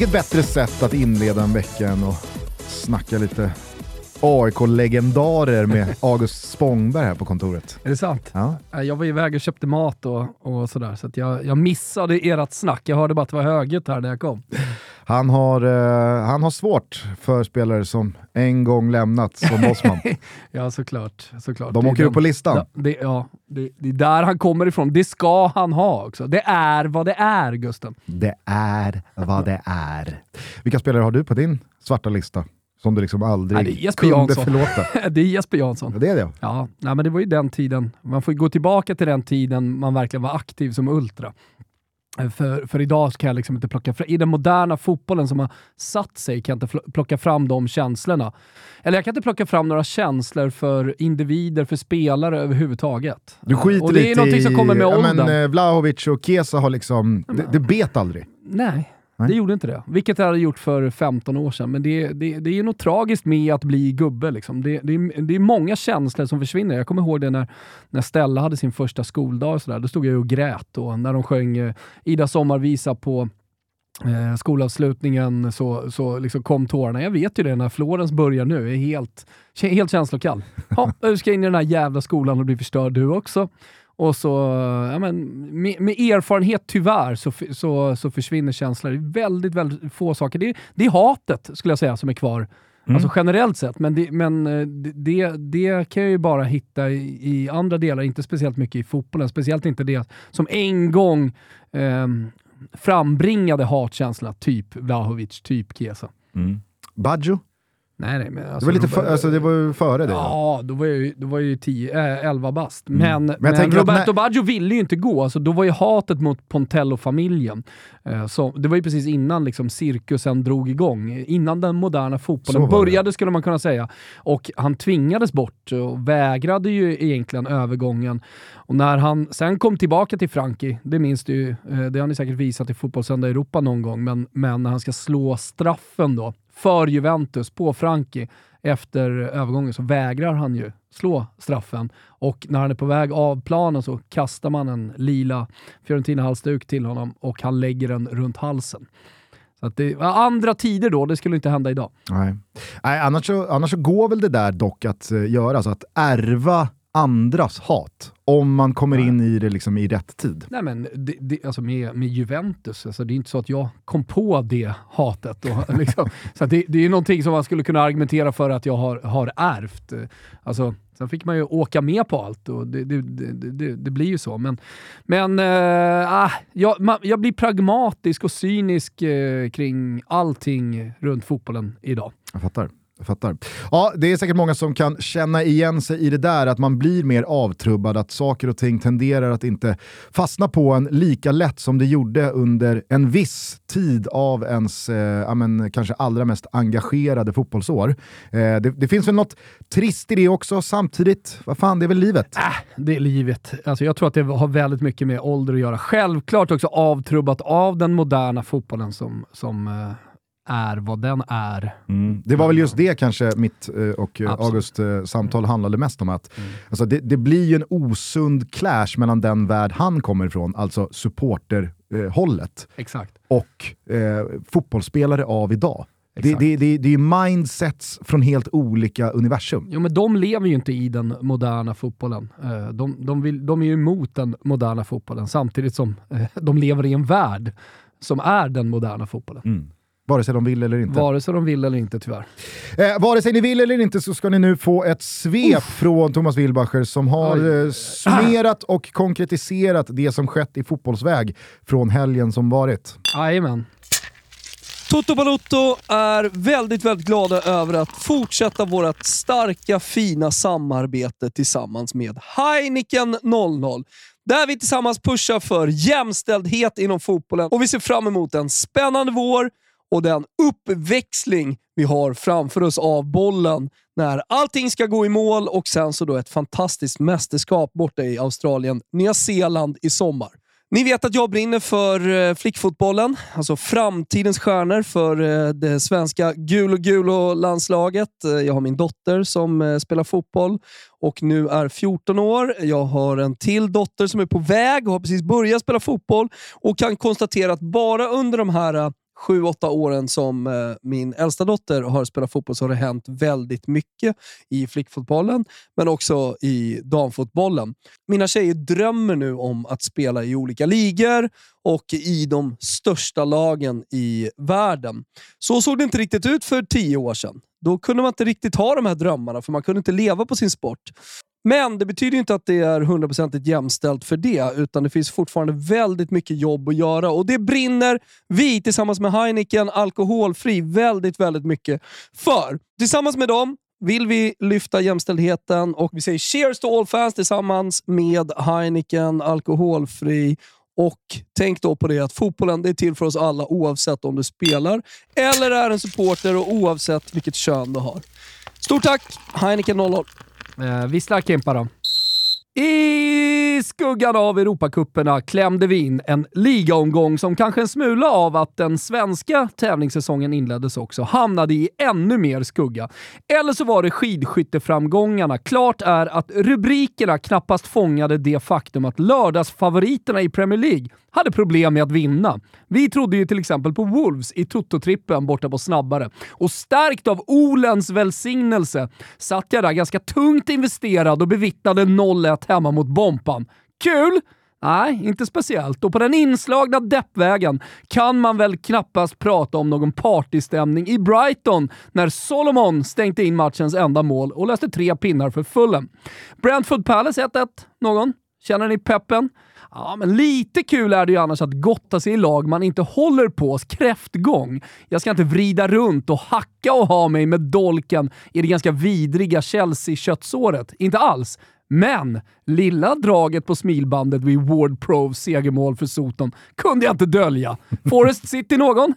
Vilket bättre sätt att inleda en vecka än att snacka lite AIK-legendarer med August Spångberg här på kontoret. Är det sant? Ja. Jag var iväg och köpte mat och sådär, så att jag missade ert snack. Jag hörde bara att det var högt här när jag kom. Han har svårt för spelare som en gång lämnat som bossman. Ja, såklart. De åker upp på listan. Det är där han kommer ifrån. Det ska han ha också. Det är vad det är, Gusten. Det är vad det är. Vilka spelare har du på din svarta lista? Som du liksom aldrig kunde förlåta. Det är Jesper Jansson. Det är det. Ja, nej, men det var ju den tiden. Man får gå tillbaka till den tiden man verkligen var aktiv som ultra. För idag kan jag liksom inte plocka fram, i den moderna fotbollen som har satt sig kan jag inte plocka fram de känslorna. Eller jag kan inte plocka fram några känslor för individer, för spelare överhuvudtaget. Du skiter och det är lite någonting som kommer med åldern. Men Vlahovic och Chiesa har liksom, det bet aldrig. Nej. Det gjorde inte det. Vilket jag hade gjort för 15 år sedan. Men det är nog tragiskt med att bli gubbe. Liksom. Det är många känslor som försvinner. Jag kommer ihåg det när Stella hade sin första skoldag. Och så där. Då stod jag och grät. Och när de sjöng Ida sommarvisa på skolavslutningen så liksom kom tårarna. Jag vet ju det när Florens börjar nu. Jag är helt känslokall. Ja, du ska in i den här jävla skolan och bli förstörd du också. Och så, ja, men, med erfarenhet tyvärr så försvinner känslor. Det är väldigt, väldigt få saker. Det är hatet, skulle jag säga, som är kvar. Alltså generellt sett. Men det kan jag ju bara hitta i andra delar. Inte speciellt mycket i fotbollen. Speciellt inte det som en gång frambringade hatkänslorna. Typ Vlahovic, typ Chiesa. Baggio? Nej, men alltså, det var det var ju före det. Ja, då var jag ju 11 bast. Men Roberto Baggio ville ju inte gå. Alltså, då var ju hatet mot Pontello-familjen. Det var ju precis innan liksom, cirkusen drog igång. Innan den moderna fotbollen började, skulle man kunna säga. Och han tvingades bort och vägrade ju egentligen övergången. Och när han sen kom tillbaka till Frankrike, det minns du ju, det har ni säkert visat i Fotbollssöndag Europa någon gång, men när han ska slå straffen då för Juventus på Frankrike efter övergången, så vägrar han ju slå straffen. Och när han är på väg av planen så kastar man en lila Fiorentina-halsduk till honom och han lägger den runt halsen. Så att det var andra tider då, det skulle inte hända idag. Nej, annars så går väl det där dock att göra, så att ärva andras hat om man kommer in i det liksom i rätt tid. Nej, men alltså med Juventus, alltså det är inte så att jag kom på det hatet och liksom, så att det är någonting som man skulle kunna argumentera för att jag har ärvt. Alltså, sen fick man ju åka med på allt och det blir ju så, men jag blir pragmatisk och cynisk kring allting runt fotbollen idag. Jag fattar. Ja, det är säkert många som kan känna igen sig i det där, att man blir mer avtrubbad, att saker och ting tenderar att inte fastna på en lika lätt som det gjorde under en viss tid av ens kanske allra mest engagerade fotbollsår. Det finns väl något trist i det också, samtidigt, vad fan, det är väl livet? Det är livet. Alltså, jag tror att det har väldigt mycket med ålder att göra. Självklart också avtrubbat av den moderna fotbollen som är vad den är. Det var väl just det kanske mitt och August samtal handlade mest om, att alltså det blir ju en osund clash mellan den värld han kommer ifrån, alltså supporterhållet, exakt, och fotbollsspelare av idag. Det är ju mindsets från helt olika universum. Jo, men de lever ju inte i den moderna fotbollen. De är ju emot den moderna fotbollen samtidigt som de lever i en värld som är den moderna fotbollen. Vare sig de vill eller inte. Vare sig de vill eller inte, tyvärr. Vare sig ni vill eller inte så ska ni nu få ett svep från Thomas Wilbacher som har summerat och konkretiserat det som skett i fotbollsväg från helgen som varit. Jajamän. Toto Balotto är väldigt, väldigt glada över att fortsätta vårt starka, fina samarbete tillsammans med Heineken 00. Där vi tillsammans pushar för jämställdhet inom fotbollen och vi ser fram emot en spännande vår och den uppväxling vi har framför oss av bollen när allting ska gå i mål, och sen så då ett fantastiskt mästerskap borta i Australien, Nya Zeeland i sommar. Ni vet att jag brinner för flickfotbollen, alltså framtidens stjärnor för det svenska gulo-landslaget. Jag har min dotter som spelar fotboll och nu är 14 år. Jag har en till dotter som är på väg och har precis börjat spela fotboll och kan konstatera att bara under de här 7-8 åren som min äldsta dotter har spelat fotboll så har det hänt väldigt mycket i flickfotbollen men också i damfotbollen. Mina tjejer drömmer nu om att spela i olika ligor och i de största lagen i världen. Så såg det inte riktigt ut för 10 år sedan. Då kunde man inte riktigt ha de här drömmarna för man kunde inte leva på sin sport. Men det betyder inte att det är 100% jämställt för det, utan det finns fortfarande väldigt mycket jobb att göra och det brinner vi tillsammans med Heineken alkoholfri väldigt, väldigt mycket för. Tillsammans med dem vill vi lyfta jämställdheten och vi säger cheers to all fans tillsammans med Heineken alkoholfri. Och tänk då på det att fotbollen det är till för oss alla oavsett om du spelar eller är en supporter och oavsett vilket kön du har. Stort tack, Heineken 00. Vissla Kimpa då. I skuggan av Europacuperna klämde vi in en ligaomgång som kanske en smula av att den svenska tävlingssäsongen inleddes också hamnade i ännu mer skugga. Eller så var det skidskytteframgångarna. Klart är att rubrikerna knappast fångade det faktum att lördagsfavoriterna i Premier League hade problem med att vinna. Vi trodde ju till exempel på Wolves i Toto-trippen borta på Snabbare. Och stärkt av Olens välsignelse satt jag där ganska tungt investerad och bevittnade 0-1 hemma mot Bompan. Kul! Nej, inte speciellt. Och på den inslagna deppvägen kan man väl knappast prata om någon partystämning i Brighton när Solomon stängde in matchens enda mål och löste 3 pinnar för Fulham. Brentford Palace 1-1. Någon? Känner ni peppen? Ja, men lite kul är det ju annars att gotta sig i lag man inte håller på kräftgång. Jag ska inte vrida runt och hacka och ha mig med dolken i det ganska vidriga Chelsea-köttsåret. Inte alls. Men lilla draget på smilbandet vid Ward Pros segermål för Soton kunde jag inte dölja. Forest City någon?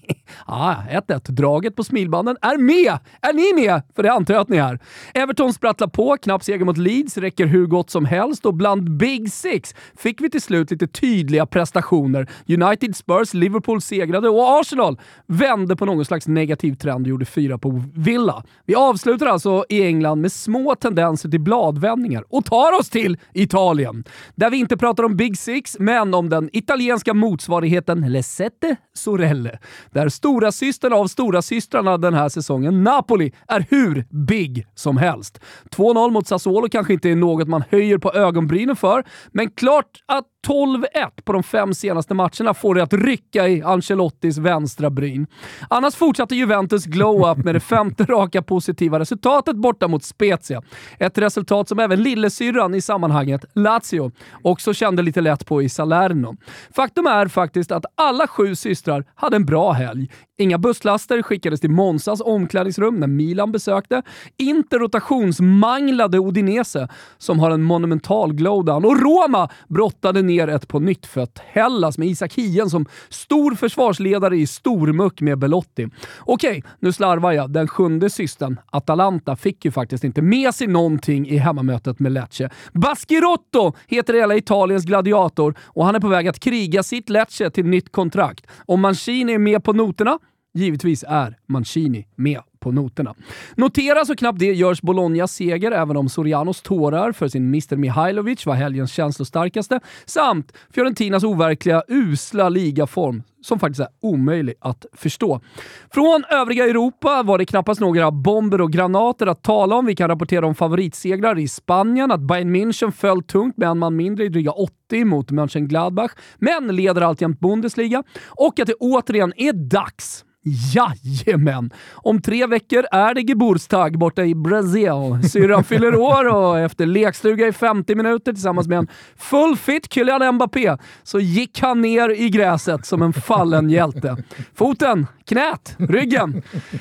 Ja, 1-1. Draget på smilbanden är med. Är ni med? För det antar jag att ni är. Everton sprattlar på. Knapp seger mot Leeds. Räcker hur gott som helst. Och bland Big Six fick vi till slut lite tydliga prestationer. United, Spurs, Liverpool segrade och Arsenal vände på någon slags negativ trend och gjorde 4 på Villa. Vi avslutar alltså i England med små tendenser till bladvändningar och tar oss till Italien. Där vi inte pratar om Big Six, men om den italienska motsvarigheten Le Sette Sorelle. Där stora systern av stora systrarna den här säsongen, Napoli, är hur big som helst. 2-0 mot Sassuolo kanske inte är något man höjer på ögonbrynen för, men klart att 12-1 på de 5 senaste matcherna får det att rycka i Ancelottis vänstra bryn. Annars fortsatte Juventus glow-up med det 5:e raka positiva resultatet borta mot Spezia. Ett resultat som även lillesyrran i sammanhanget, Lazio, också kände lite lätt på i Salerno. Faktum är faktiskt att alla 7 systrar hade en bra helg. Inga busslaster skickades till Monsas omklädningsrum när Milan besökte. Inte rotationsmanglade Udinese som har en monumental glowdown. Och Roma brottade ner ett på nyttfött Hellas med Isak Hien som stor försvarsledare i stormuck med Belotti. Okej, nu slarvar jag. Den 7:e systern, Atalanta, fick ju faktiskt inte med sig någonting i hemmamötet med Lecce. Baschirotto heter hela Italiens gladiator och han är på väg att kriga sitt Lecce till nytt kontrakt. Om Mancini är med på noterna, givetvis är Mancini med på noterna. Notera så knappt det görs Bolognas seger, även om Sorianos tårar för sin Mr. Mihailovic var helgens känslostarkaste, samt Fiorentinas overkliga, usla ligaform som faktiskt är omöjlig att förstå. Från övriga Europa var det knappast några bomber och granater att tala om. Vi kan rapportera om favoritsegrar i Spanien, att Bayern München föll tungt med en man mindre i dryga 80 mot Mönchengladbach, men leder alltjämt Bundesliga, och att det återigen är dags. Jajamän! Om 3 veckor är det Geburtstag borta i Brasil. Syrran fyller år och efter lekstuga i 50 minuter tillsammans med en full fit Kylian Mbappé så gick han ner i gräset som en fallen hjälte. Foten, knät, ryggen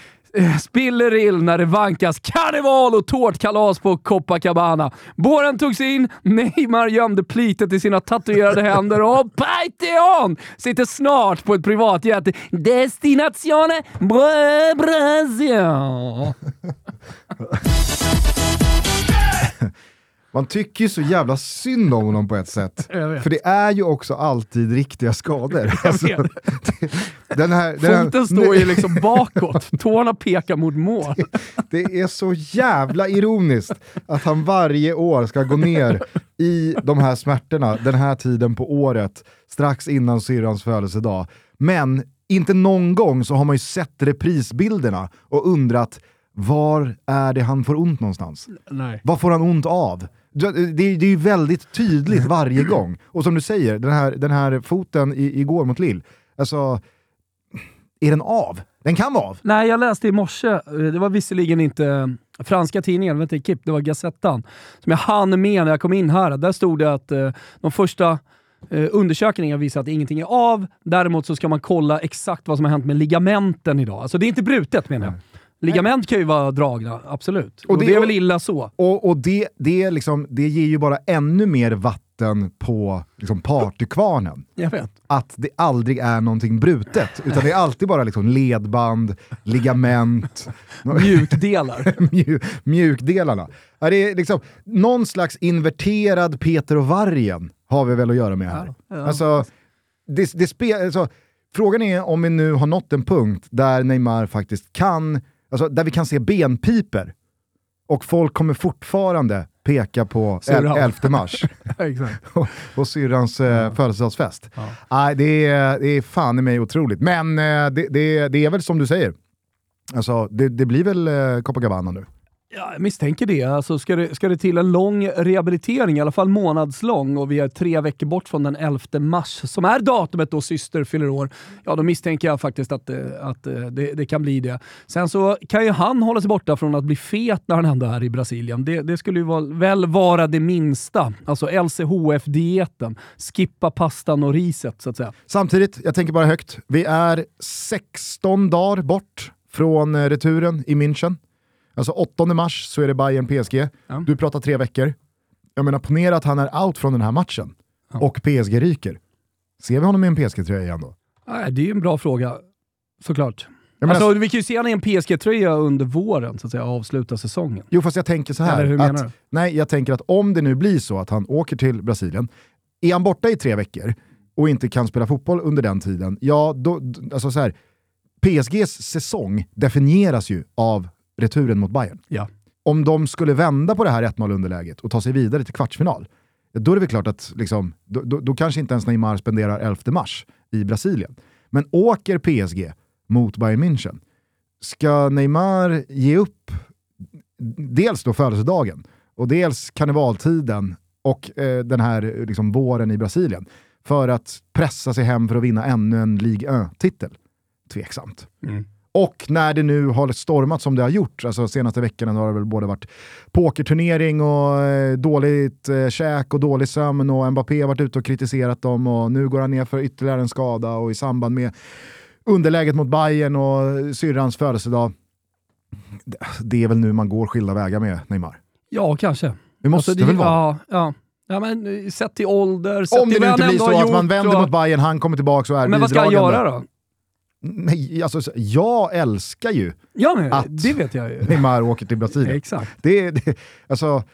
spiller ill när det vankas karneval och tårtkalas på Copacabana. Båren togs in, Neymar gömde plitet i sina tatuerade händer och Paiteon sitter snart på ett privatjet. Destinazione Brasil. Man tycker ju så jävla synd om honom på ett sätt. För det är ju också alltid riktiga skador. Alltså, foten står ju liksom bakåt. Tårna pekar mot mål. Det är så jävla ironiskt att han varje år ska gå ner i de här smärtorna den här tiden på året strax innan syrrans födelsedag. Men inte någon gång så har man ju sett reprisbilderna och undrat, var är det han får ont någonstans? Nej. Vad får han ont av? Det är ju väldigt tydligt varje gång. Och som du säger, den här foten igår mot Lille, alltså, är den av? Den kan vara av. Nej, jag läste i morse, det var visserligen inte franska tidningen, vet inte, det var Gazettan, som jag hann med när jag kom in här. Där stod det att de första undersökningar visar att ingenting är av. Däremot så ska man kolla exakt vad som har hänt med ligamenten idag. Alltså det är inte brutet, menar jag. Ligament kan ju vara dragna, absolut. Och det är väl illa så. Och det, liksom, det ger ju bara ännu mer vatten på liksom, partykvarnen. Jag vet. Att det aldrig är någonting brutet. Utan det är alltid bara liksom, ledband, ligament. Mjukdelar. Mjukdelarna. Ja, det är liksom, någon slags inverterad Peter och Vargen har vi väl att göra med här. Ja. Alltså, alltså, frågan är om vi nu har nått en punkt där Neymar faktiskt kan, alltså där vi kan se benpiper och folk kommer fortfarande peka på 11 mars och syrrans födelsedagsfest. Ja. Det är fan i mig otroligt. Men det är väl som du säger. Alltså, det blir väl Copacabana nu. Ja, jag misstänker det. Alltså, ska det till en lång rehabilitering, i alla fall månadslång, och vi är 3 veckor bort från den 11 mars, som är datumet då syster fyller år, ja då misstänker jag faktiskt att det kan bli det. Sen så kan ju han hålla sig borta från att bli fet när han ändå är i Brasilien. Det skulle ju väl vara det minsta. Alltså LCHF-dieten. Skippa pastan och riset, så att säga. Samtidigt, jag tänker bara högt, vi är 16 dagar bort från returen i München. Alltså 8 mars så är det Bayern PSG. Ja. Du pratar 3 veckor. Jag menar, ponera att han är out från den här matchen. Ja. Och PSG ryker. Ser vi honom med en PSG-tröja igen då? Nej, det är ju en bra fråga. Såklart. Alltså, vi kan ju se honom i en PSG-tröja under våren, så att säga, avsluta säsongen. Jo, fast jag tänker så här. Eller hur menar du? Nej, jag tänker att om det nu blir så att han åker till Brasilien, är han borta i 3 veckor och inte kan spela fotboll under den tiden, ja, då, alltså så här, PSGs säsong definieras ju av returen mot Bayern. Ja. Om de skulle vända på det här 1-0 underläget och ta sig vidare till kvartsfinal, då är det väl klart att liksom, då kanske inte ens Neymar spenderar 11 mars i Brasilien. Men åker PSG mot Bayern München, ska Neymar ge upp dels då födelsedagen och dels karnevaltiden och den här liksom våren i Brasilien för att pressa sig hem för att vinna ännu en Ligue 1-titel? Tveksamt. Mm. Och när det nu har stormat som det har gjort, alltså senaste veckorna har det väl både varit pokerturnering och dåligt käk och dålig sömn, och Mbappé har varit ute och kritiserat dem, och nu går han ner för ytterligare en skada, och i samband med underläget mot Bayern och syrrans födelsedag, det är väl nu man går skilda vägar med Neymar. Ja, kanske. Det måste väl vara. Ja, men sett till ålder, om det nu inte blir så att man vänder mot Bayern, han kommer tillbaka och är bidragande. Men vad ska han göra då? Nej, alltså jag älskar ju att det vet jag ju. Neymar åker till Brasilien. Exakt. Alltså,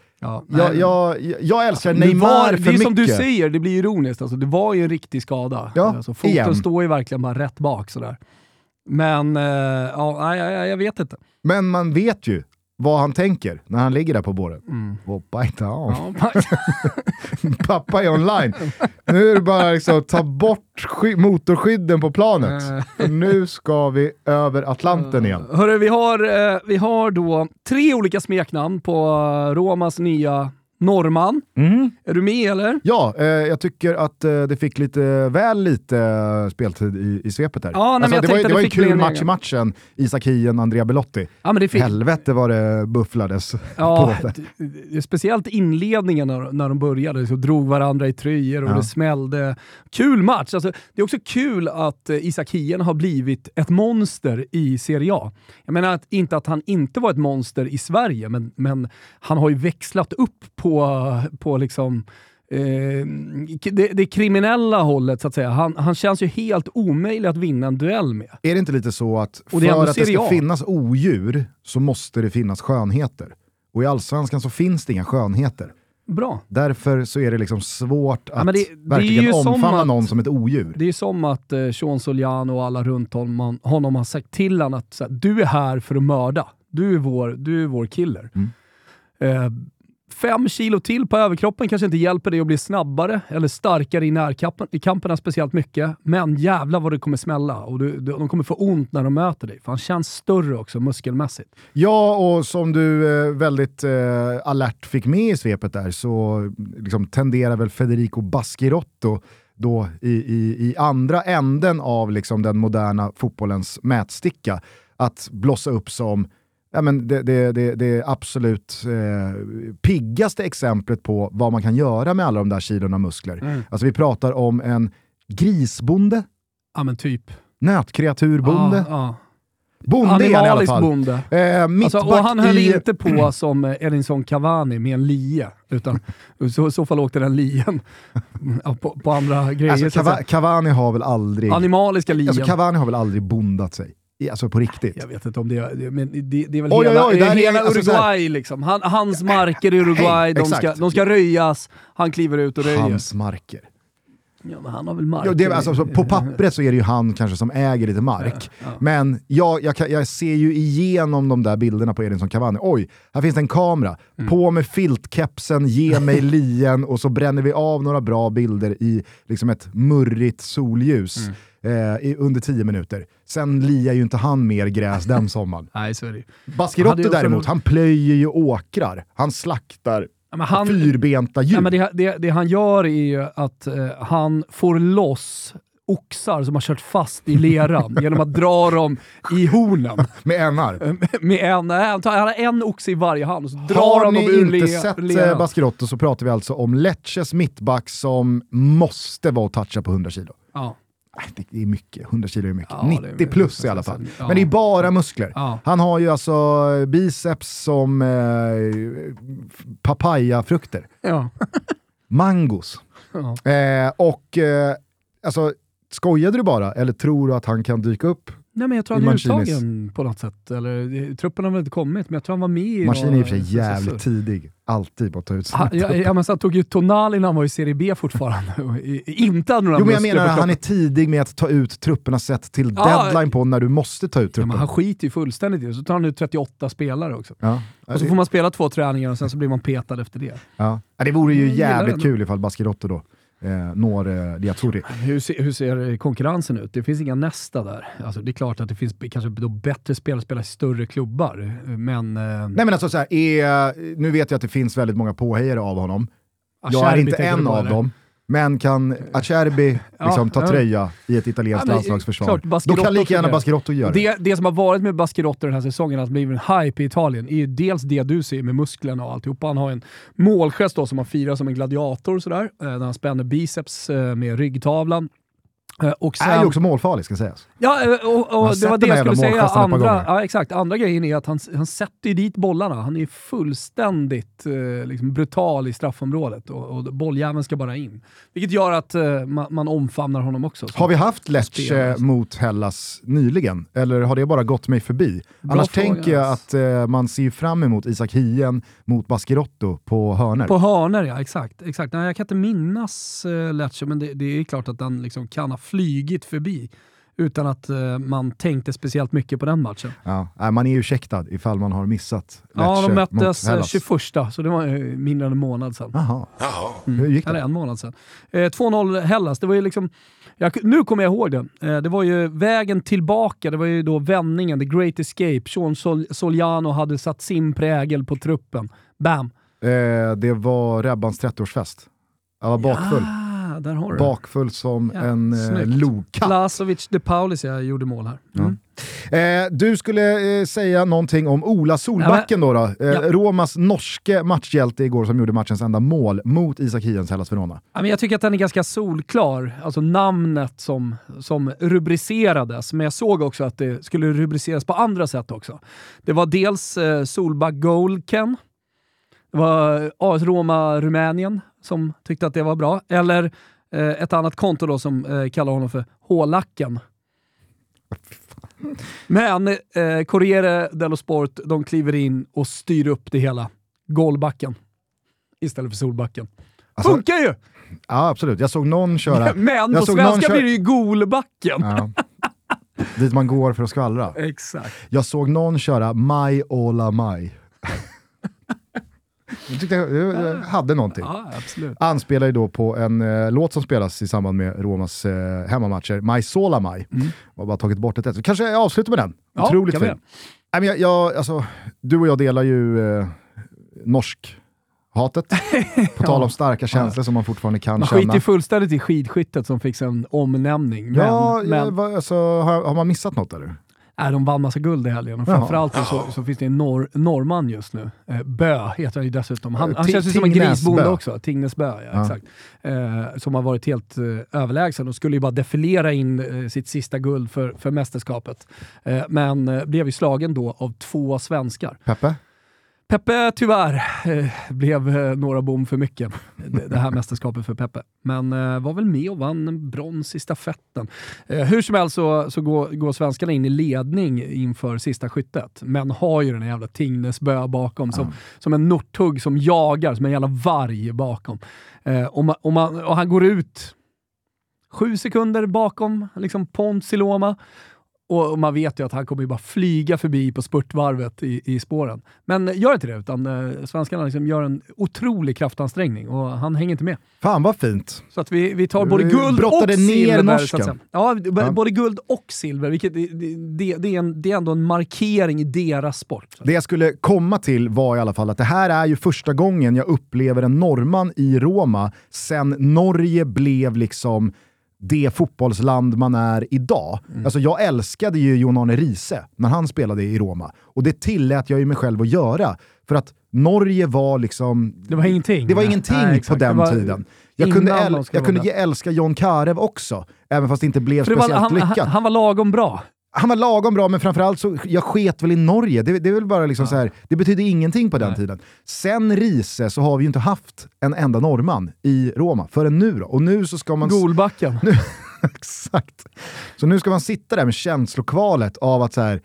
jag älskar Neymar för mycket. Det är som du säger, det blir ironiskt. Alltså, det var ju en riktig skada. Ja, alltså, foten står ju verkligen bara rätt bak sådär. Men jag vet inte. Men man vet ju vad han tänker när han ligger där på båren. Pappa är online. Nu är det bara liksom ta bort motorskydden på planet. Nu ska vi över Atlanten igen. Hörru, vi har då 3 olika smeknamn på Romas nya norrman. Mm. Är du med eller? Ja, jag tycker att det fick väl lite speltid i svepet där. Ja, alltså, det var en kul match i matchen, Isak Hien, Andrea Belotti. Ja, men helvete var det bufflades. Ja, speciellt inledningen när de började, så drog varandra i tröjor och det smällde. Kul match. Alltså, det är också kul att Isak Hien har blivit ett monster i Serie A. Jag menar inte att han inte var ett monster i Sverige, men han har ju växlat upp på liksom det kriminella hållet, så att säga. Han känns ju helt omöjlig att vinna en duell med. Är det inte lite så att för att det ska finnas odjur så måste det finnas skönheter? Och i Allsvenskan så finns det inga skönheter. Bra. Därför så är det liksom svårt att verkligen omfamna någon som ett odjur. Det är som att Sean Soliano och alla runt honom har sagt till honom att så här, du är här för att mörda. Du är vår killer. 5 kilo till på överkroppen kanske inte hjälper dig att bli snabbare eller starkare i närkamperna speciellt mycket. Men jävla vad det kommer smälla. Och de kommer få ont när de möter dig. För han känns större också muskelmässigt. Ja, och som du väldigt alert fick med i svepet där så liksom tenderar väl Federico Baschirotto då i andra änden av liksom den moderna fotbollens mätsticka att blossa upp som det absolut piggaste exemplet på vad man kan göra med alla de där kilorna muskler. Alltså vi pratar om en grisbonde. Ja men typ. Nötkreaturbonde. Ja. Bonde i alla fall. Bonde. Och han höll inte på som Edinson Cavani med en lie. Utan i så fall åkte den lien på andra grejer. Alltså, Cavani har väl aldrig... Animaliska lien. Alltså Cavani har väl aldrig bondat sig. Alltså på riktigt. Jag vet inte om det är... Men det är väl hela Uruguay liksom. Hans marker i Uruguay, de ska röjas. Han kliver ut och röjer. Hans marker. Ja, men han har väl mark. Ja, alltså, på pappret så är det ju han kanske som äger lite mark. Ja. Men jag ser ju igenom de där bilderna på Edinson Cavani. Oj, här finns det en kamera. På med filtkepsen, ge mig lien och så bränner vi av några bra bilder i liksom ett murrigt solljus under 10 minuter. Sen liar ju inte han mer gräs den sommaren. Nej, så är det. Baschirotto däremot, han plöjer ju åkrar. Han slaktar fyrbenta djur. Ja, men det han gör är ju att han får loss oxar som har kört fast i leran genom att dra dem i hornen. Med en arm? Han har en oxe i varje hand och så drar han dem ur leran. Har ni inte sett Baschirotto så pratar vi alltså om Lecces mittback som måste vara och toucha på 100 kilo. Ja. Det är mycket, 100 kilo är mycket. Ja, 90 plus i alla fall. Ja. Men det är bara muskler. Ja. Han har ju alltså biceps som papayafrukter. Ja. Mangos. Ja. Alltså, skojade du bara? Eller tror du att han kan dyka upp? Nej, men jag tror han är uttagen på något sätt. Eller, truppen har väl inte kommit, men jag tror han var med i... Mancini är i och för sig jävligt tidig. Alltid på att ta ut sin trupp. Men så han tog ju Tonali när han var i Serie B fortfarande. Inte hade några men jag menar att han är tidig med att ta ut trupperna sett till deadline på när du måste ta ut trupperna. Men han skiter ju fullständigt i. Så tar han ut 38 spelare också. Ja. Och så får man spela 2 träningar och sen så blir man petad efter det. Ja. Det vore ju jävligt kul ifall Baschirotto då når Diatori. Hur ser konkurrensen ut? Det finns inga nästa där. Alltså, det är klart att det finns kanske då bättre spelare i större klubbar. Men... Nej men alltså så här, nu vet jag att det finns väldigt många påhejare av honom. Jag är inte en av dem. Men kan Acerbi liksom ta tröja i ett italienskt landslagsförsvar? Då kan lika gärna Baschirotto göra det som har varit med Baschirotto den här säsongen, att blivit en hype i Italien, är ju dels det du ser med musklerna och alltihopa. Han har en målgest då som han firar som en gladiator sådär, när han spänner biceps med ryggtavlan. Och sen, är ju också målfarlig ska sägas. Ja, och det var det jag skulle säga. Andra grejen är att han sätter dit bollarna. Han är fullständigt liksom brutal i straffområdet och bolljäveln ska bara in. Vilket gör att man omfamnar honom också. Har vi haft Lecce mot Hellas nyligen? Eller har det bara gått mig förbi? Annars tänker jag att man ser fram emot Isak Hien mot Baschirotto på hörner. På hörner, ja. Exakt. Nej, jag kan inte minnas Lecce, men det är klart att den liksom kan ha flygit förbi utan att man tänkte speciellt mycket på den matchen. Ja, man är ju ursäktad ifall man har missat Lecce. Ja, de möttes 21, så det var mindre än en månad sedan. Jaha. Hur gick det? Eller en månad sedan. 2-0 Hellas, det var ju liksom... nu kommer jag ihåg det. Det var ju vägen tillbaka, det var ju då vändningen, the great escape. Sean Soliano hade satt sin prägel på truppen. Bam! Det var Rebbans 30-årsfest. Jag var bakfull. Där har du. Bakfull som en lokatt. Lazovic de Paulis gjorde mål här. Du skulle säga någonting om Ola Solbacken då. Romas norske matchhjälte igår som gjorde matchens enda mål mot Isak Hiens Hellas Verona. Jag tycker att den är ganska solklar. Alltså namnet som rubricerades. Men jag såg också att det skulle rubriceras på andra sätt också. Det var dels Solback Golken. Det var AS Roma Rumänien som tyckte att det var bra. Eller ett annat konto då som kallar honom för Hålacken. Men Corriere dello Sport, de kliver in och styr upp det hela. Golbacken istället för Solbacken. Alltså, funkar ju! Ja, absolut. Jag såg någon köra... Men på svenska blir det ju Golbacken. Ja. Dit man går för att skvallra. Exakt. Jag såg någon köra Mai Ola Mai. Jag tyckte jag hade någonting. Ja, absolut. Anspelar ju då på en låt som spelas i samband med Romas hemmamatcher, Mai Sola Mai. Och bara tagit bort ett. Så kanske jag avslutar med den. Otroligt fin. Alltså, du och jag delar ju norsk hatet. På tal om starka känslor som man fortfarande kan känna. Man skiter fullständigt i skidskyttet som fick en omnämning. Har man missat något eller? De vann massa guld i helgen. Och framförallt så finns det en norrman just nu. Bö heter han ju dessutom. Han känns ju som en grisbonde också. Tingnes Bö, exakt. Som har varit helt överlägsen och skulle ju bara defilera in sitt sista guld för mästerskapet. Men blev ju slagen då av 2 svenskar. Peppe tyvärr blev några bom för mycket, det här mästerskapet för Peppe. Men var väl med och vann en brons i stafetten. Hur som helst så går svenskarna in i ledning inför sista skyttet. Men har ju den här jävla Tingnesbö bakom som en northugg som jagar, som en jävla varg bakom. Och han går ut 7 sekunder bakom liksom Pont Siloma. Och man vet ju att han kommer ju bara flyga förbi på spurtvarvet i spåren. Men gör inte det, utan svenskarna liksom gör en otrolig kraftansträngning och han hänger inte med. Fan vad fint. Så att vi tar både guld och silver. Både guld och silver, vilket det är ändå en markering i deras sport. Det jag skulle komma till var i alla fall att det här är ju första gången jag upplever en norrman i Roma sen Norge blev liksom det fotbollsland man är idag. Alltså jag älskade ju Jon Arne Riise när han spelade i Roma. Och det tillät jag ju mig själv att göra. För att Norge var liksom... Det var ingenting. Det var ingenting på den tiden. Jag kunde älska John Karev också. Även fast det inte blev speciellt lyckat. Han var lagom bra. Han var lagom bra, men framförallt så jag sket väl i Norge. Det är väl bara liksom så här, det betyder ingenting på den tiden. Sen Riise så har vi ju inte haft en enda norrman i Roma förrän nu då. Och nu så ska man... Golbacken. Exakt. Så nu ska man sitta där med känslokvalet av att så här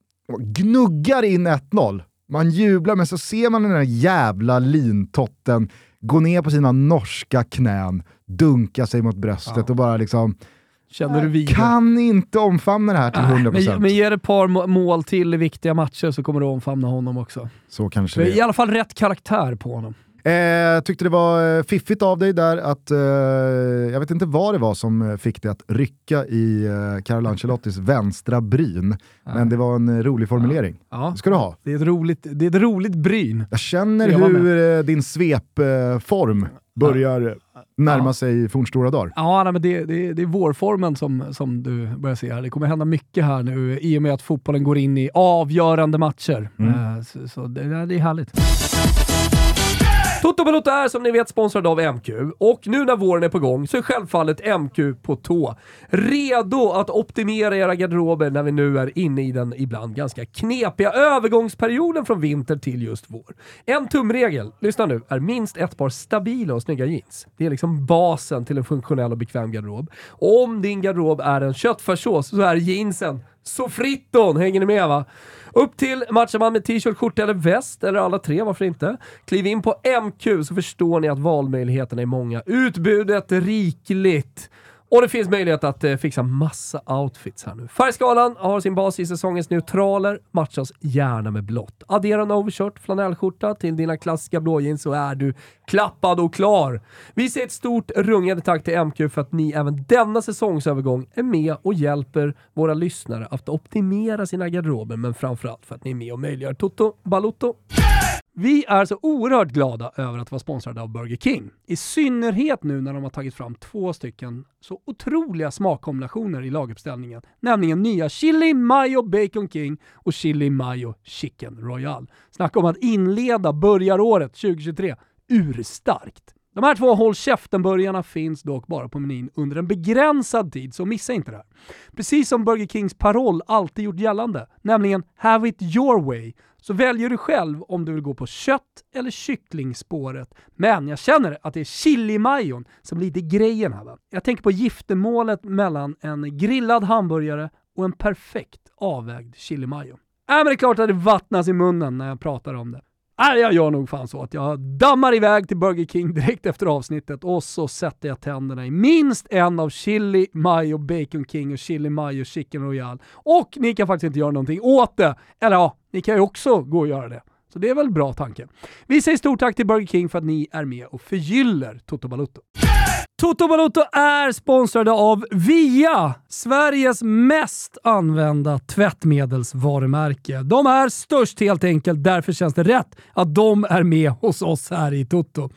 gnuggar in 1-0. Man jublar, men så ser man den där jävla lintotten gå ner på sina norska knän, dunka sig mot bröstet och bara liksom... Känner du vidare? Kan inte omfamna det här till 100%. Men ger ett par mål till i viktiga matcher så kommer du omfamna honom också. Så kanske det är. I alla fall rätt karaktär på honom. Tyckte det var fiffigt av dig där att jag vet inte vad det var som fick dig att rycka i Carlo Ancelottis vänstra bryn. Men det var en rolig formulering. Ja. Det ska du ha. Det är ett roligt bryn. Jag känner hur din svepform börjar närma sig fornstora dagar. Ja, men det är vårformen som du börjar se här. Det kommer hända mycket här nu i och med att fotbollen går in i avgörande matcher. Så det är härligt. Toto Balotto är som ni vet sponsrad av MQ och nu när våren är på gång så är självfallet MQ på tå. Redo att optimera era garderober när vi nu är inne i den ibland ganska knepiga övergångsperioden från vinter till just vår. En tumregel, lyssna nu, är minst ett par stabila och snygga jeans. Det är liksom basen till en funktionell och bekväm garderob. Om din garderob är en köttfärssås så är jeansen så fritton, hänger ni med va? Upp till matchar man med t-shirt, skjorta eller väst, eller alla tre, varför inte? Kliv in på MQ så förstår ni att valmöjligheterna är många. Utbudet är rikligt. Och det finns möjlighet att fixa massa outfits här nu. Färgskalan har sin bas i säsongens neutraler, matchas gärna med blått. Addera en overshirt, flanellskjorta till dina klassiska blåjeans så är du klappad och klar. Vi säger ett stort rungande tack till MQ för att ni även denna säsongsövergång är med och hjälper våra lyssnare att optimera sina garderober, men framförallt för att ni är med och möjliggör Toto Balotto. Vi är så oerhört glada över att vara sponsrade av Burger King. I synnerhet nu när de har tagit fram 2 stycken så otroliga smakkombinationer i laguppställningen. Nämligen nya Chili Mayo Bacon King och Chili Mayo Chicken Royal. Snacka om att inleda börjaråret 2023 urstarkt. De här 2 håll käften-burgarna finns dock bara på menyn under en begränsad tid, så missa inte det här. Precis som Burger Kings paroll alltid gjort gällande, nämligen have it your way, så väljer du själv om du vill gå på kött- eller kycklingspåret. Men jag känner att det är chili-majon som blir det grejen här. Va? Jag tänker på giftermålet mellan en grillad hamburgare och en perfekt avvägd chili-majo. Men det är klart att det vattnas i munnen när jag pratar om det. Jag gör nog fan så att jag dammar iväg till Burger King direkt efter avsnittet och så sätter jag tänderna i minst en av Chili Mayo Bacon King och Chili Mayo Chicken Royal. Och ni kan faktiskt inte göra någonting åt det. Eller ja, ni kan ju också gå och göra det. Så det är väl bra tanke. Vi säger stort tack till Burger King för att ni är med och förgyller Toto Balotto. Toto Balotto är sponsrade av Via, Sveriges mest använda tvättmedelsvarumärke. De är störst helt enkelt, därför känns det rätt att de är med hos oss här i Toto.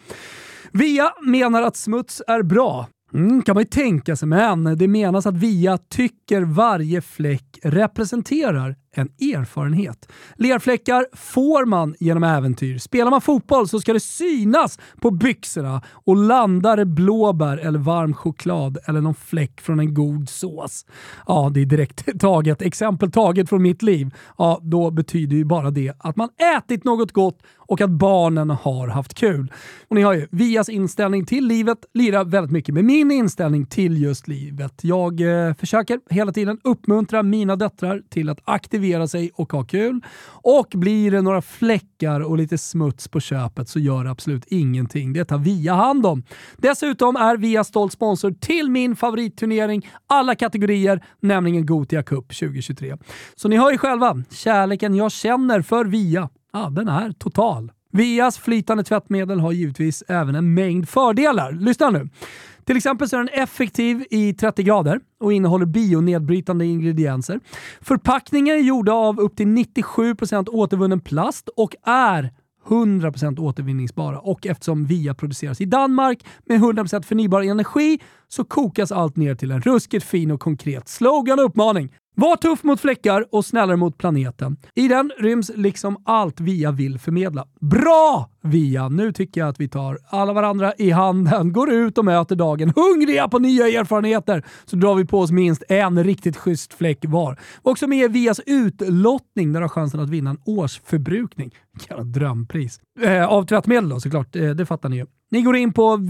Via menar att smuts är bra. Kan man ju tänka sig, men det menas att Via tycker varje fläck representerar en erfarenhet. Lerfläckar får man genom äventyr. Spelar man fotboll så ska det synas på byxorna, och landar det blåbär eller varm choklad eller någon fläck från en god sås. Ja, det är direkt taget. Exempel taget från mitt liv. Ja, då betyder ju bara det att man ätit något gott och att barnen har haft kul. Och ni har ju Vias inställning till livet lirar väldigt mycket med min inställning till just livet. Jag försöker hela tiden uppmuntra mina döttrar till att aktivera sig och ha kul. Och blir det några fläckar och lite smuts på köpet så gör det absolut ingenting. Det tar Via hand om. Dessutom är Via stolt sponsor till min favoritturnering alla kategorier, nämligen Gothia Cup 2023. Så ni hör ju själva, kärleken jag känner för Via, den är total. Vias flytande tvättmedel har givetvis även en mängd fördelar. Lyssna nu. Till exempel så är den effektiv i 30 grader och innehåller bionedbrytande ingredienser. Förpackningar är gjorda av upp till 97% återvunnen plast och är 100% återvinningsbara. Och eftersom Via produceras i Danmark med 100% förnybar energi så kokas allt ner till en ruskigt fin och konkret slogan och uppmaning. Var tuff mot fläckar och snällare mot planeten. I den ryms liksom allt Via vill förmedla. Bra Via! Nu tycker jag att vi tar alla varandra i handen, går ut och möter dagen hungriga på nya erfarenheter, så drar vi på oss minst en riktigt schysst fläck var. Också med Vias utlottning där du har chansen att vinna en årsförbrukning. Jävla drömpris. Av tvättmedel då såklart, det fattar ni ju. Ni går in på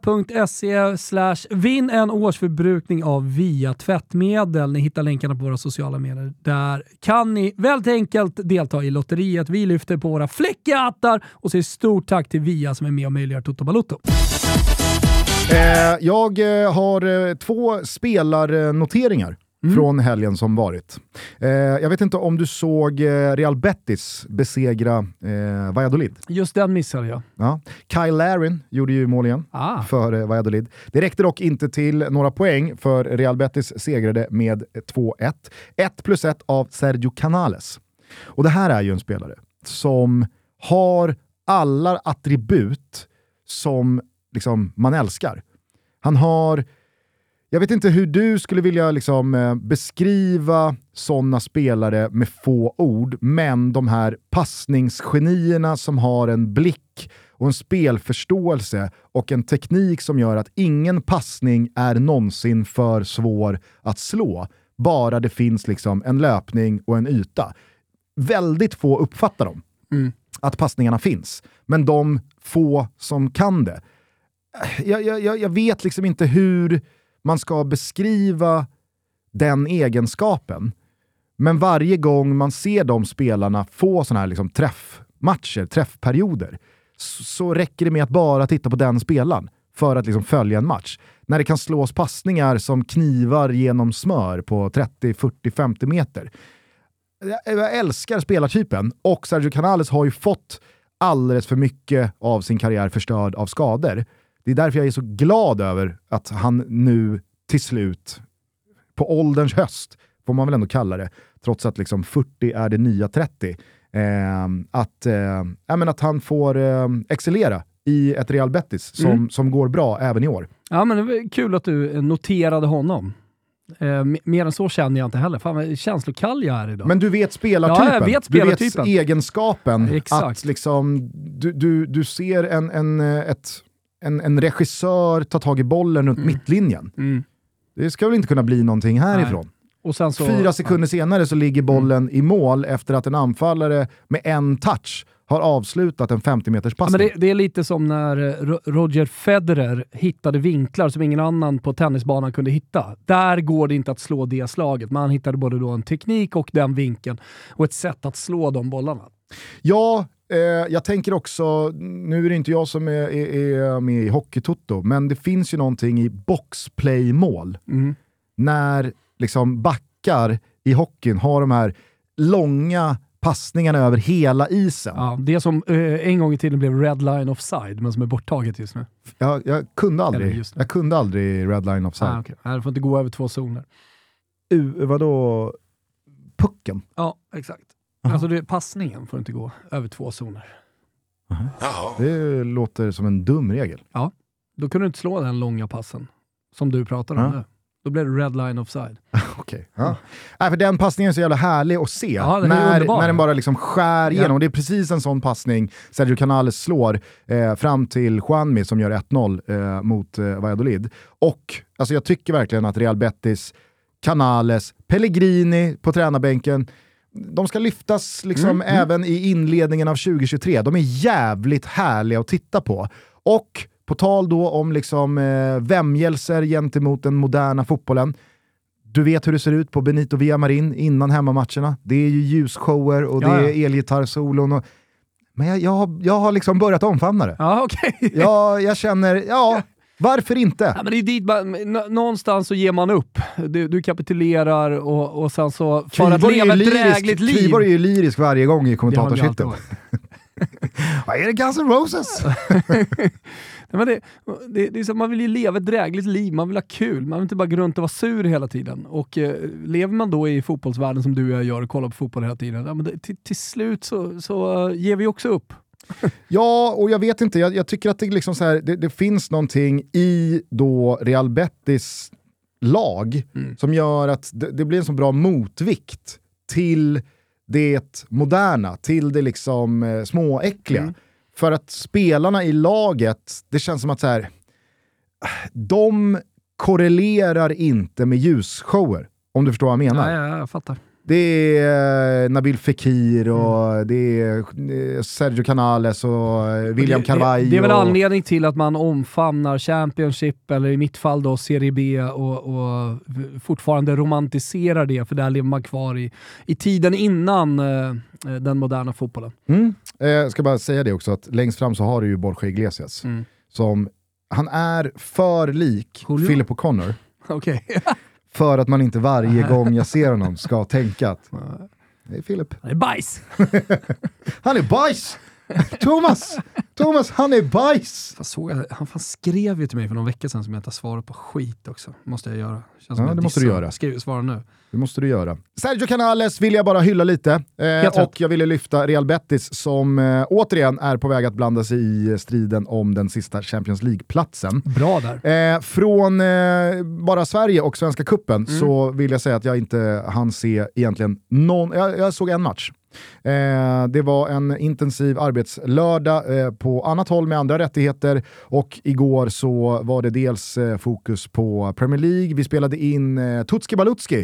via.se/vinn en årsförbrukning av Via tvättmedel. Ni hittar länkarna på våra sociala medier. Där kan ni väldigt enkelt delta i lotteriet. Vi lyfter på våra fläckjättar och säger stort tack till Via som är med och möjliggör Toto Balotto. Jag har 2 spelarnoteringar från helgen som varit. Jag vet inte om du såg Real Betis besegra Valladolid. Just den missade jag. Ja. Kyle Larin gjorde ju mål igen för Valladolid. Det räckte dock inte till några poäng, för Real Betis segrade med 2-1. 1+1 av Sergio Canales. Och det här är ju en spelare som har alla attribut som liksom man älskar. Han har... Jag vet inte hur du skulle vilja beskriva sådana spelare med få ord, men de här passningsgenierna som har en blick och en spelförståelse och en teknik som gör att ingen passning är någonsin för svår att slå, bara det finns en löpning och en yta. Väldigt få uppfattar dem, att passningarna finns, men de få som kan det. Jag vet inte hur man ska beskriva den egenskapen. Men varje gång man ser de spelarna få såna här träffmatcher, träffperioder, så räcker det med att bara titta på den spelaren för att följa en match. När det kan slås passningar som knivar genom smör på 30, 40, 50 meter. Jag älskar spelartypen, och Sergio Canales har ju fått alldeles för mycket av sin karriär förstörd av skador. Det är därför jag är så glad över att han nu till slut, på ålderns höst, får man väl ändå kalla det, trots att 40 är det nya 30, att han får excellera i ett Real Betis som går bra även i år. Ja, men det var kul att du noterade honom. Mer än så känner jag inte heller. Fan vad känslokall jag är idag. Men du vet spelartypen. Ja, jag vet spelartypen. Du vet egenskapen. Exakt. Att du ser en regissör ta tag i bollen runt mittlinjen. Det ska väl inte kunna bli någonting härifrån. Och sen så, 4 sekunder senare så ligger bollen i mål efter att en anfallare med en touch har avslutat en 50-meters passning. Ja, men det är lite som när Roger Federer hittade vinklar som ingen annan på tennisbanan kunde hitta. Där går det inte att slå det slaget. Man hittade både då en teknik och den vinkeln och ett sätt att slå de bollarna. Ja, jag tänker också, nu är det inte jag som är med i Hockeytoto, men det finns ju någonting i boxplay-mål. När backar i hockeyn har de här långa passningarna över hela isen. Ja, det som en gång i tiden blev red line offside, men som är borttaget just nu. Jag kunde aldrig red line offside. Okay. Det får inte gå över 2 zoner. Vadå? Pucken? Ja, exakt. Alltså passningen får inte gå över 2 zoner. Det låter som en dum regel. Ja, då kunde du inte slå den långa passen som du pratar om nu. Då blev det red line offside. Okej. Ja. För den passningen är så jävla härlig att se. Ja, när den bara liksom skär igenom. Och det är precis en sån passning Sergio Canales slår fram till Juanmi som gör 1-0 mot Valladolid. Och alltså, jag tycker verkligen att Real Betis, Canales, Pellegrini på tränarbänken, de ska lyftas liksom även i inledningen av 2023. De är jävligt härliga att titta på. Och på tal då om liksom vämjelser gentemot den moderna fotbollen. Du vet hur det ser ut på Benito Villamarin innan hemmamatcherna. Det är ju ljusshower och det är elgitarrsolon. Men jag har liksom börjat omfamna det. Ja, okej. Jag känner, varför inte? Ja, men det är dit någonstans så ger man upp. Du kapitulerar och sen så för att leva ett drägligt liv. Kviborg är ju lyrisk varje gång i kommentatorshytten. Vad är det Guns N' Roses? Men det är så, man vill ju leva ett drägligt liv, man vill ha kul, man vill inte bara gå runt och vara sur hela tiden. Och lever man då i fotbollsvärlden som du och jag gör och kollar på fotboll hela tiden, men till slut så ger vi också upp. Ja, och jag vet inte, jag tycker att det, liksom så här, det finns någonting i då Real Betis lag som gör att det blir en så bra motvikt till det moderna, till det liksom småäckliga. För att spelarna i laget, det känns som att så här, de korrelerar inte med ljusshower, om du förstår vad jag menar. Ja, jag fattar. Det är Nabil Fekir och det är Sergio Canales och William Carvalho. Det är väl anledning till att man omfamnar Championship, eller i mitt fall då Serie B, och fortfarande romantiserar det, för där lever man kvar i tiden innan den moderna fotbollen. Jag ska bara säga det också, att längst fram så har du ju Borja Iglesias som, han är för lik Philip O'Connor. Okej. För att man inte varje gång jag ser honom ska tänka att det är Philip. Han är bajs! Han är bajs! Thomas, han är bajs! Han skrev ju till mig för någon vecka sedan som jag inte har svarat på skit också. Måste jag göra. Det måste du göra. Svara nu. Det måste du göra. Sergio Canales vill jag bara hylla lite. Och jag ville lyfta Real Betis som återigen är på väg att blanda sig i striden om den sista Champions League-platsen. Bra där. Från bara Sverige och Svenska Cupen så vill jag säga att jag inte hann se egentligen någon. Jag såg en match. Det var en intensiv arbetslördag på annat håll med andra rättigheter, och igår så var det dels fokus på Premier League. Vi spelade in Tutski Balutski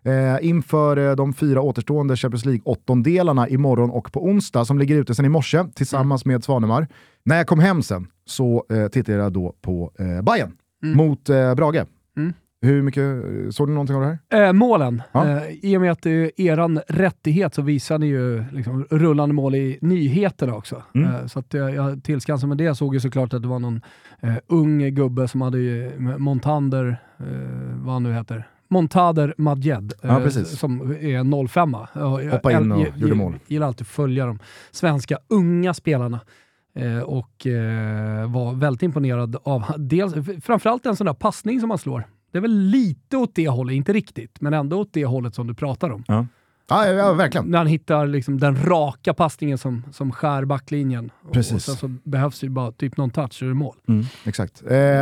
inför de 4 återstående Champions League 8-delarna imorgon och på onsdag, som ligger ute sedan i morse tillsammans med Svanemar. När jag kom hem sen så tittade jag då på Bayern mot Brage. Hur mycket, såg du någonting av det här? Målen. I och med att det är eran rättighet så visar ni ju liksom rullande mål i nyheterna också. Så att jag tillskansade med det, såg ju såklart att det var någon ung gubbe som hade Montander, vad han nu heter. Montader Madjed, som är 05. Hoppa in och gjorde mål. Gillar alltid att följa de svenska unga spelarna. Och var väldigt imponerad av framförallt en sån där passning som man slår. Det är väl lite åt det hållet, inte riktigt, men ändå åt det hållet som du pratar om. Ja, verkligen. När han hittar liksom den raka passningen som skär backlinjen. Precis. Och sen så behövs ju bara typ någon touch och mål. Exakt.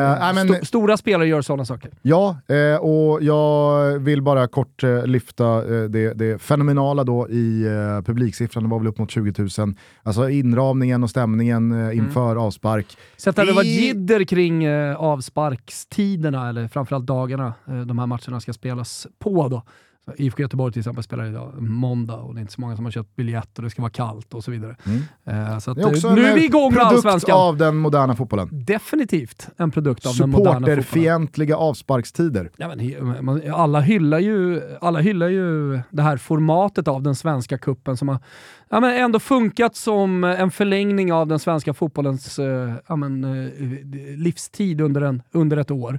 Stora spelare gör sådana saker. Ja, och jag vill bara kort lyfta det fenomenala då i publiksiffran. Det var väl upp mot 20 000. Alltså inramningen och stämningen inför avspark. Så att det var jidder kring avsparkstiderna, eller framförallt dagarna de här matcherna ska spelas på då. IFK Göteborg till exempel spelar idag måndag, och det är inte så många som har köpt biljett och det ska vara kallt och så vidare. Så att, det är också nu är vi igång med Allsvenskan. Av den moderna fotbollen. Definitivt en produkt av den moderna fotbollen. Supporterfientliga avsparkstider. Ja, men alla hyllar ju det här formatet av den svenska kuppen som har Ja, men ändå funkat som en förlängning av den svenska fotbollens livstid under ett år.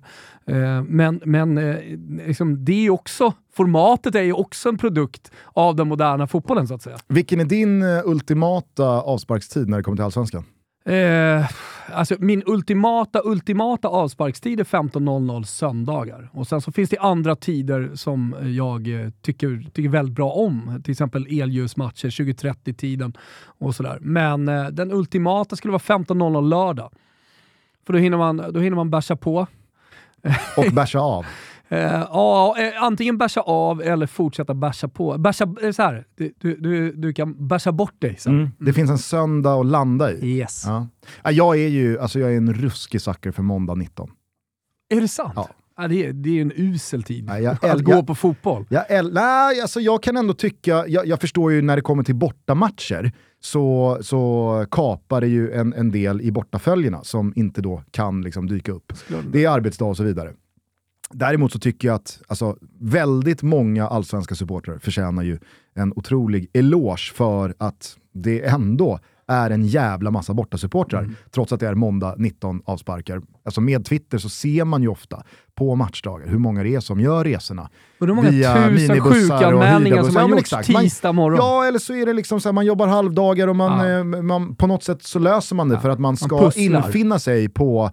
Men liksom, det är också, formatet är ju också en produkt av den moderna fotbollen så att säga. Vilken är din ultimata avsparkstid när det kommer till Allsvenskan? Alltså min ultimata avsparkstid är 15.00 söndagar. Och sen så finns det andra tider som jag tycker väldigt bra om. Till exempel elljusmatcher, 20:30-tiden och sådär. Men den ultimata skulle vara 15.00 lördag. För då hinner man bärsa på. Och bärsa av. Antingen bärsa av eller fortsätta bärsa på. Så här, du kan bärsa bort dig sen. Det finns en söndag att landa i. Yes. Ja. Jag är en ruskig sucker för måndag 19. Är det sant? Ja. Ja, det är en usel tid att gå på fotboll. Jag kan ändå tycka, jag förstår ju när det kommer till bortamatcher så kapar det ju en del i bortaföljerna som inte då kan liksom dyka upp. Det är arbetsdag och så vidare. Däremot så tycker jag att väldigt många allsvenska supportrar förtjänar ju en otrolig eloge för att det ändå är en jävla massa bortasupportrar trots att det är måndag 19 avsparkar. Alltså med Twitter så ser man ju ofta på matchdagar hur många det är som gör resorna. Och hur många tusen sjukanmälningar som har gjorts tisdag morgon. Ja, eller så är det liksom så här, man jobbar halvdagar och man på något sätt så löser man det för att man ska infinna sig på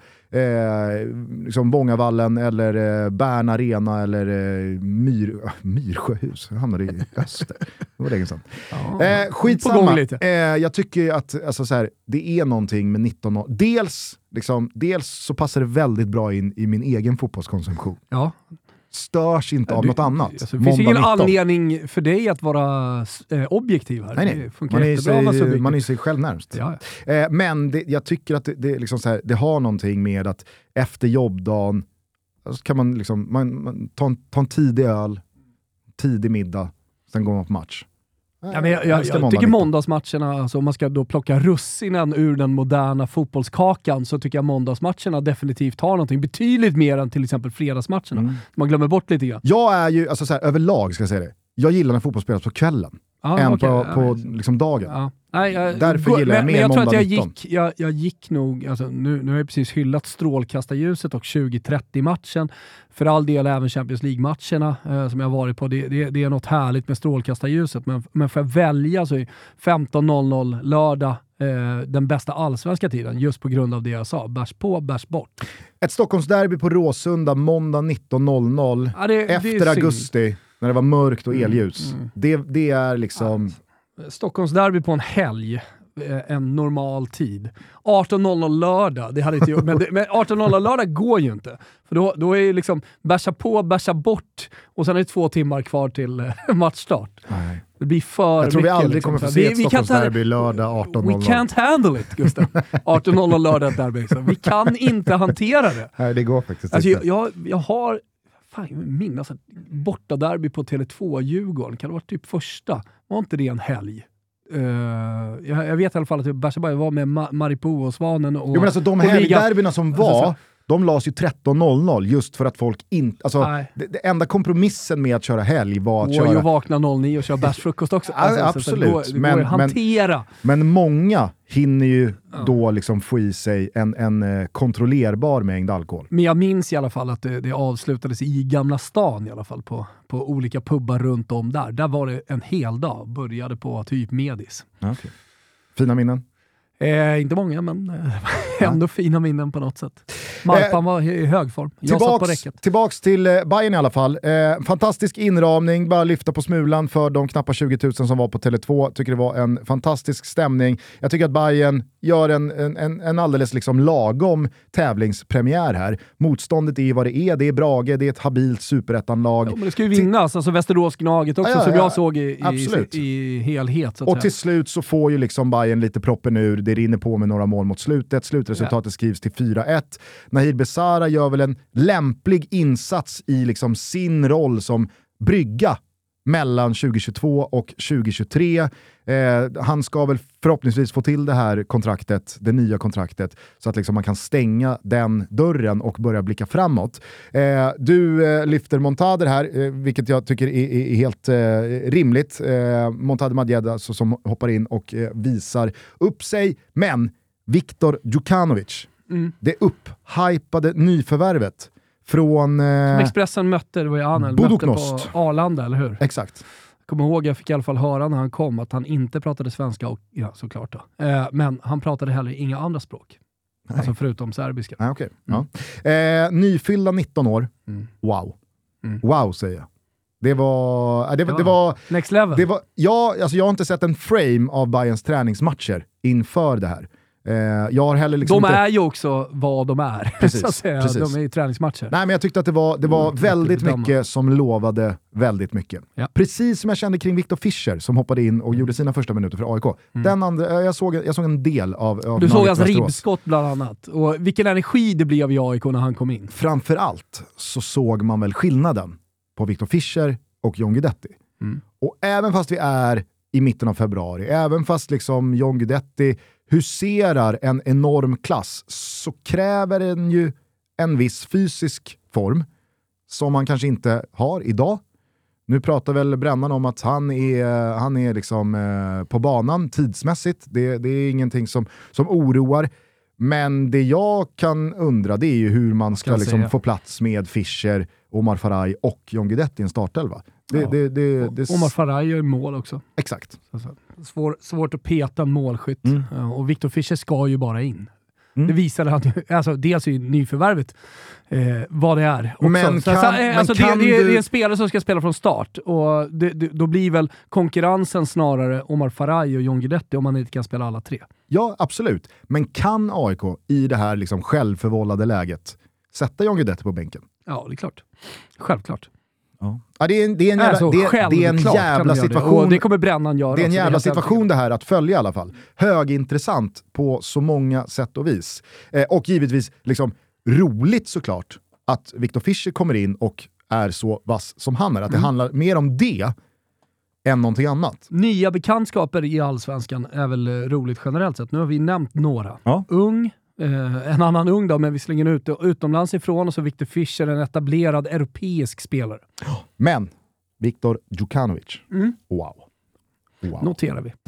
liksom Bångavallen eller Bern Arena eller Myrsjöhus. Jag hamnade i öster. Det var länge sedan. Skitsamma. Jag tycker att det är någonting med 19 år. Dels så passar det väldigt bra in i min egen fotbollskonsumtion. Ja. Störs inte av något annat. Alltså, det finns ingen anledning för dig att vara objektiv här. Nej. Det funkar jättebra. Man är sig själv närmst. Ja. Men jag tycker att det liksom så här, det har någonting med att efter jobbdagen så kan man liksom man ta en tidig öl, tidig middag, sen går man på match. Ja, men jag tycker måndagsmatcherna, alltså om man ska då plocka russinen ur den moderna fotbollskakan, så tycker jag måndagsmatcherna definitivt har någonting betydligt mer än till exempel fredagsmatcherna. Man glömmer bort lite grann. Jag är ju, överlag ska jag säga det, jag gillar när fotboll spelas på kvällen än på liksom dagen. Ja. Därför gillar jag mer men jag tror att jag gick nog, nu har jag precis hyllat strålkastarljuset och 2030-matchen. För all del även Champions League-matcherna som jag har varit på. Det är något härligt med strålkastarljuset. Men för att välja så är 15.00 lördag den bästa allsvenska tiden. Just på grund av det jag sa. Bärs på, bärs bort. Ett Stockholmsderby på Råsunda måndag 19.00 efter augusti. När det var mörkt och elljus. Det är liksom... Stockholmsderby på en helg. En normal tid. 18.00 lördag. Det hade inte gjort. Men 18.00 lördag går ju inte. För då är det liksom bärsa på, bärsa bort. Och sen är det 2 timmar kvar till matchstart. Nej. Det blir för jag tror mycket. Vi aldrig kommer få se ett Stockholmsderby lördag 18.00. We can't handle it, Gustav. 18.00 lördag derby. Vi kan inte hantera det. Nej, det går faktiskt alltså, inte. Jag har... Fan, jag minns att borta derby på Tele2 Djurgården, kan det vara typ första? Var inte det en helg? Jag vet i alla fall att Bersaberg var med Maripo och Svanen och... Jo, men alltså de helgderbyna som var, de lades ju 13.00 just för att folk inte... Alltså, det enda kompromissen med att köra helg var att köra... Jag vaknar 09 och kör bärsfrukost också. Absolut. Det går att hantera. Men många hinner ju då liksom få i sig en kontrollerbar mängd alkohol. Men jag minns i alla fall att det avslutades i Gamla stan i alla fall på olika pubbar runt om där. Där var det en hel dag. Började på typ Medis. Okay. Fina minnen? Inte många, men ändå fina minnen på något sätt. Marpan var i hög form. Jag satt på räcket. Tillbaks till Bayern i alla fall. Fantastisk inramning, bara lyfta på smulan för de knappa 20 000 som var på Tele2. Tycker det var en fantastisk stämning. Jag tycker att Bayern gör en alldeles liksom lagom tävlingspremiär här. Motståndet är vad det är Brage, det är ett habilt superettanlag. Ja, men det ska ju vinnas, alltså Västerås-Gnaget också, som jag såg i helhet. Så att och till slut så får ju liksom Bayern lite proppen ur. Det rinner på med några mål mot slutet. Slutresultatet skrivs till 4-1. Nahir Besara gör väl en lämplig insats i liksom sin roll som brygga mellan 2022 och 2023. Han ska väl förhoppningsvis få till det här kontraktet, det nya kontraktet, så att liksom man kan stänga den dörren och börja blicka framåt. Du lyfter Montader här, vilket jag tycker är helt rimligt. Montader Madjed alltså, som hoppar in och visar upp sig. Men Viktor Djukanovic, det upphypade nyförvärvet från Expressen mötte, det var ju Anel, mötte på Arlanda, eller hur? Exakt. Kommer ihåg, jag fick i alla fall höra när han kom att han inte pratade svenska, och ja, såklart då. Men han pratade heller inga andra språk. Nej. Alltså förutom serbiska. Nej, okay. Nyfyllda 19 år. Wow. Wow, säger jag. Det var next level. Alltså jag har inte sett en frame av Bayerns träningsmatcher inför det här. Jag har heller liksom är ju också vad de är. Precis, så att säga. precis. De är ju träningsmatcher. Nej, men jag tyckte att det var väldigt mycket som lovade väldigt mycket. Ja. Precis som jag kände kring Viktor Fischer som hoppade in och gjorde sina första minuter för AIK. Den andra, jag såg en del av du såg hans ribbskott bland annat. Och vilken energi det blev i AIK när han kom in. Framförallt så såg man väl skillnaden på Viktor Fischer och John Guidetti. Och även fast vi är i mitten av februari, även fast liksom John Guidetti huserar en enorm klass, så kräver den ju en viss fysisk form som man kanske inte har idag. Nu pratar väl Brännan om att han är liksom på banan tidsmässigt. Det är ingenting som oroar. Men det jag kan undra, det är ju hur man ska liksom få plats med Fischer, Omar Faraj och John Guidetti i en startelva. Omar Faraj gör mål också. Exakt. Svårt att peta en målskytt. Och Viktor Fischer ska ju bara in. Det visade han ju, alltså dels är ju nyförvärvet vad det är. Det är en spelare som ska spela från start, och då blir väl konkurrensen snarare Omar Faraj och John Guidetti om man inte kan spela alla tre. Ja, absolut. Men kan AIK i det här liksom självförvållade läget sätta John Guidetti på bänken? Ja, det är klart. Självklart. Ja, det är en jävla situation. Det kommer Brännan göra. Det är en jävla situation det här att följa i alla fall. Högintressant på så många sätt och vis. Och givetvis liksom roligt såklart att Viktor Fischer kommer in och är så vass som han är. Att det handlar mer om det än någonting annat. Nya bekantskaper i Allsvenskan är väl roligt generellt sett. Nu har vi nämnt några. Ja. Ung. En annan ung då, men vi slänger utomlands ifrån, och så Viktor Fischer, en etablerad europeisk spelare. Men Viktor Djukanovic. Wow. Noterar vi.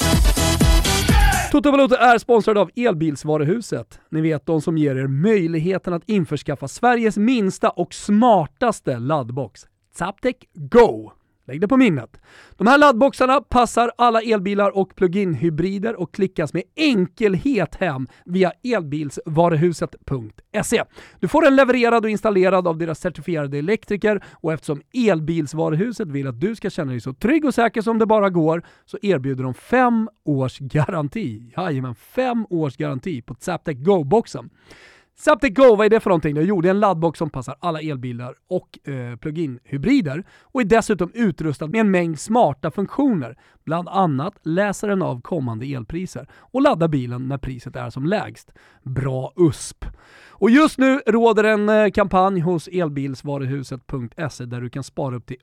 Toto Balotto är sponsrad av Elbilsvaruhuset. Ni vet, de som ger er möjligheten att införskaffa Sveriges minsta och smartaste laddbox. Zaptec Go. Lägg det på minnet. De här laddboxarna passar alla elbilar och plug-in-hybrider och klickas med enkelhet hem via elbilsvaruhuset.se. Du får den levererad och installerad av deras certifierade elektriker, och eftersom Elbilsvaruhuset vill att du ska känna dig så trygg och säker som det bara går, så erbjuder de 5 års garanti. Jajamän, 5 års garanti på Zaptec Go-boxen. Zaptec Go, vad är det för någonting? Det är en laddbox som passar alla elbilar och plug-in-hybrider, och är dessutom utrustad med en mängd smarta funktioner. Bland annat läser den av kommande elpriser och laddar bilen när priset är som lägst. Bra USP! Och just nu råder en kampanj hos elbilsvaruhuset.se där du kan spara upp till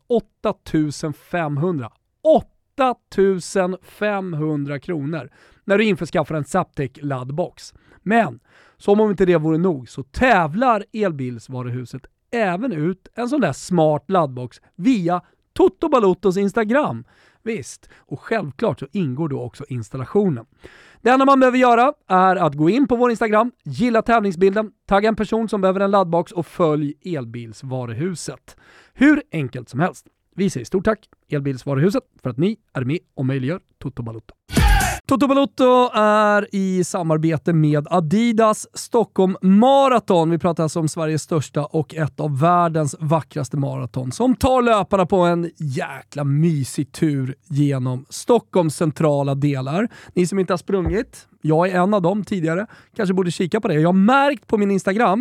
8,500 kronor när du införskaffar en Zaptec laddbox. Men som om inte det vore nog, så tävlar Elbilsvaruhuset även ut en sån där smart laddbox via Toto Balottos Instagram. Visst, och självklart så ingår då också installationen. Det enda man behöver göra är att gå in på vår Instagram, gilla tävlingsbilden, tagga en person som behöver en laddbox och följ Elbilsvaruhuset. Hur enkelt som helst. Vi säger stort tack Elbilsvaruhuset för att ni är med och möjliggör Toto Balotto. Toto Balotto är i samarbete med Adidas Stockholm Marathon. Vi pratar alltså om Sveriges största och ett av världens vackraste maraton som tar löparna på en jäkla mysig tur genom Stockholms centrala delar. Ni som inte har sprungit, jag är en av dem tidigare, kanske borde kika på det. Jag har märkt på min Instagram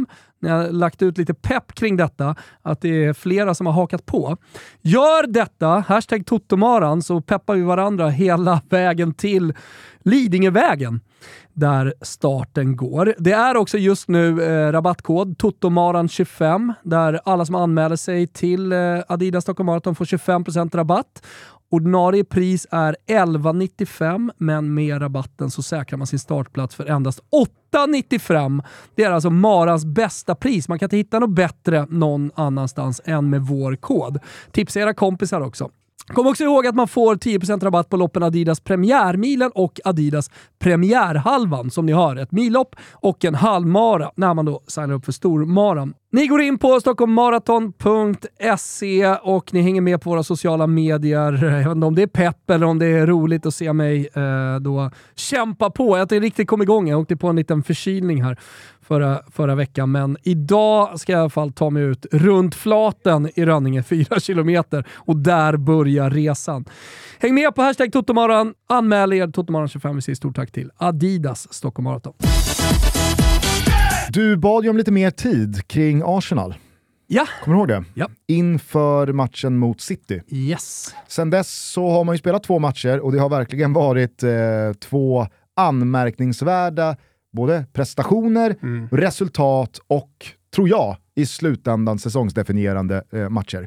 när jag lagt ut lite pepp kring detta, att det är flera som har hakat på. Gör detta, #Totomaran, så peppar vi varandra hela vägen till Lidingövägen, där starten går. Det är också just nu rabattkod Totomaran25, där alla som anmäler sig till Adidas Stockholm Marathon får 25% rabatt. Ordinarie pris är 11,95, men med rabatten så säkrar man sin startplats för endast 8,95. Det är alltså Marans bästa pris. Man kan inte hitta något bättre någon annanstans än med vår kod. Tipsa era kompisar också. Kom också ihåg att man får 10% rabatt på loppen Adidas Premiärmilen och Adidas Premiärhalvan, som ni har, ett millopp och en halvmara när man då signar upp för stormaran. Ni går in på stockholmmarathon.se och ni hänger med på våra sociala medier. Jag vet inte om det är pepp eller om det är roligt att se mig då kämpa på. Jag riktigt kom igång. Jag åkte på en liten förkylning här förra veckan, men idag ska jag i alla fall ta mig ut runt Flaten i Rönninge, 4 kilometer, och där börjar resan. Häng med på #Totomaran, anmäl er Totomaran25. Vi säger stort tack till Adidas Stockholm Marathon. Du bad ju om lite mer tid kring Arsenal. Ja. Kommer du ihåg det? Ja. Inför matchen mot City. Yes. Sen dess så har man ju spelat 2 matcher och det har verkligen varit 2 anmärkningsvärda både prestationer, resultat och, tror jag, i slutändan säsongsdefinierande matcher.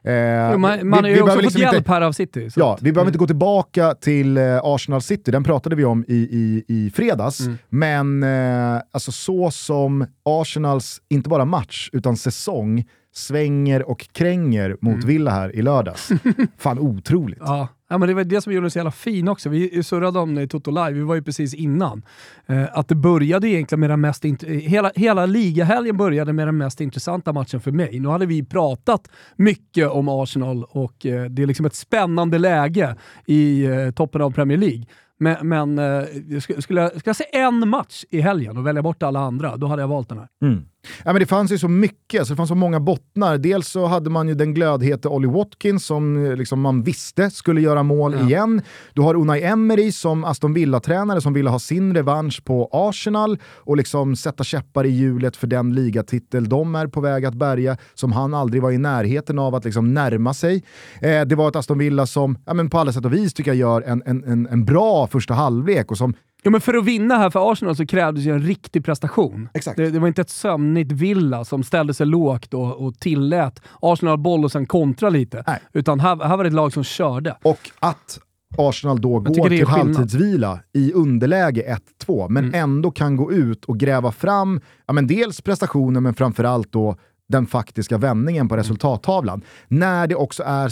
Man har ju också fått hjälp här av City. Ja, vi behöver inte gå tillbaka till Arsenal City, den pratade vi om i fredags. Men alltså så som Arsenals, inte bara match, utan säsong svänger och kränger mot Villa här i lördags. Fan, otroligt. Ja, men det var det som gjorde det så jävla fin också. Vi surrade om det i Toto Live, vi var ju precis innan. Att det började egentligen med den mest... Hela ligahelgen började med den mest intressanta matchen för mig. Nu hade vi pratat mycket om Arsenal och det är liksom ett spännande läge i toppen av Premier League. Men skulle jag se en match i helgen och välja bort alla andra, då hade jag valt den här. Ja, men det fanns ju så mycket, så det fanns så många bottnar. Dels så hade man ju den glödhete Ollie Watkins som liksom man visste skulle göra mål igen. Du har Unai Emery som Aston Villa-tränare som ville ha sin revansch på Arsenal och liksom sätta käppar i hjulet för den ligatitel de är på väg att bärga, som han aldrig var i närheten av att liksom närma sig. Det var ett Aston Villa som på alla sätt och vis tycker jag gör en bra första halvlek och som... Ja, men för att vinna här för Arsenal så krävdes ju en riktig prestation. Exakt. Det var inte ett sömnigt Villa som ställde sig lågt och tillät Arsenal boll och sen kontra lite. Nej. Utan här var det ett lag som körde. Och att Arsenal då går till halvtidsvila i underläge 1-2, men ändå kan gå ut och gräva fram dels prestationen, men framförallt då den faktiska vändningen på resultattavlan. När det också är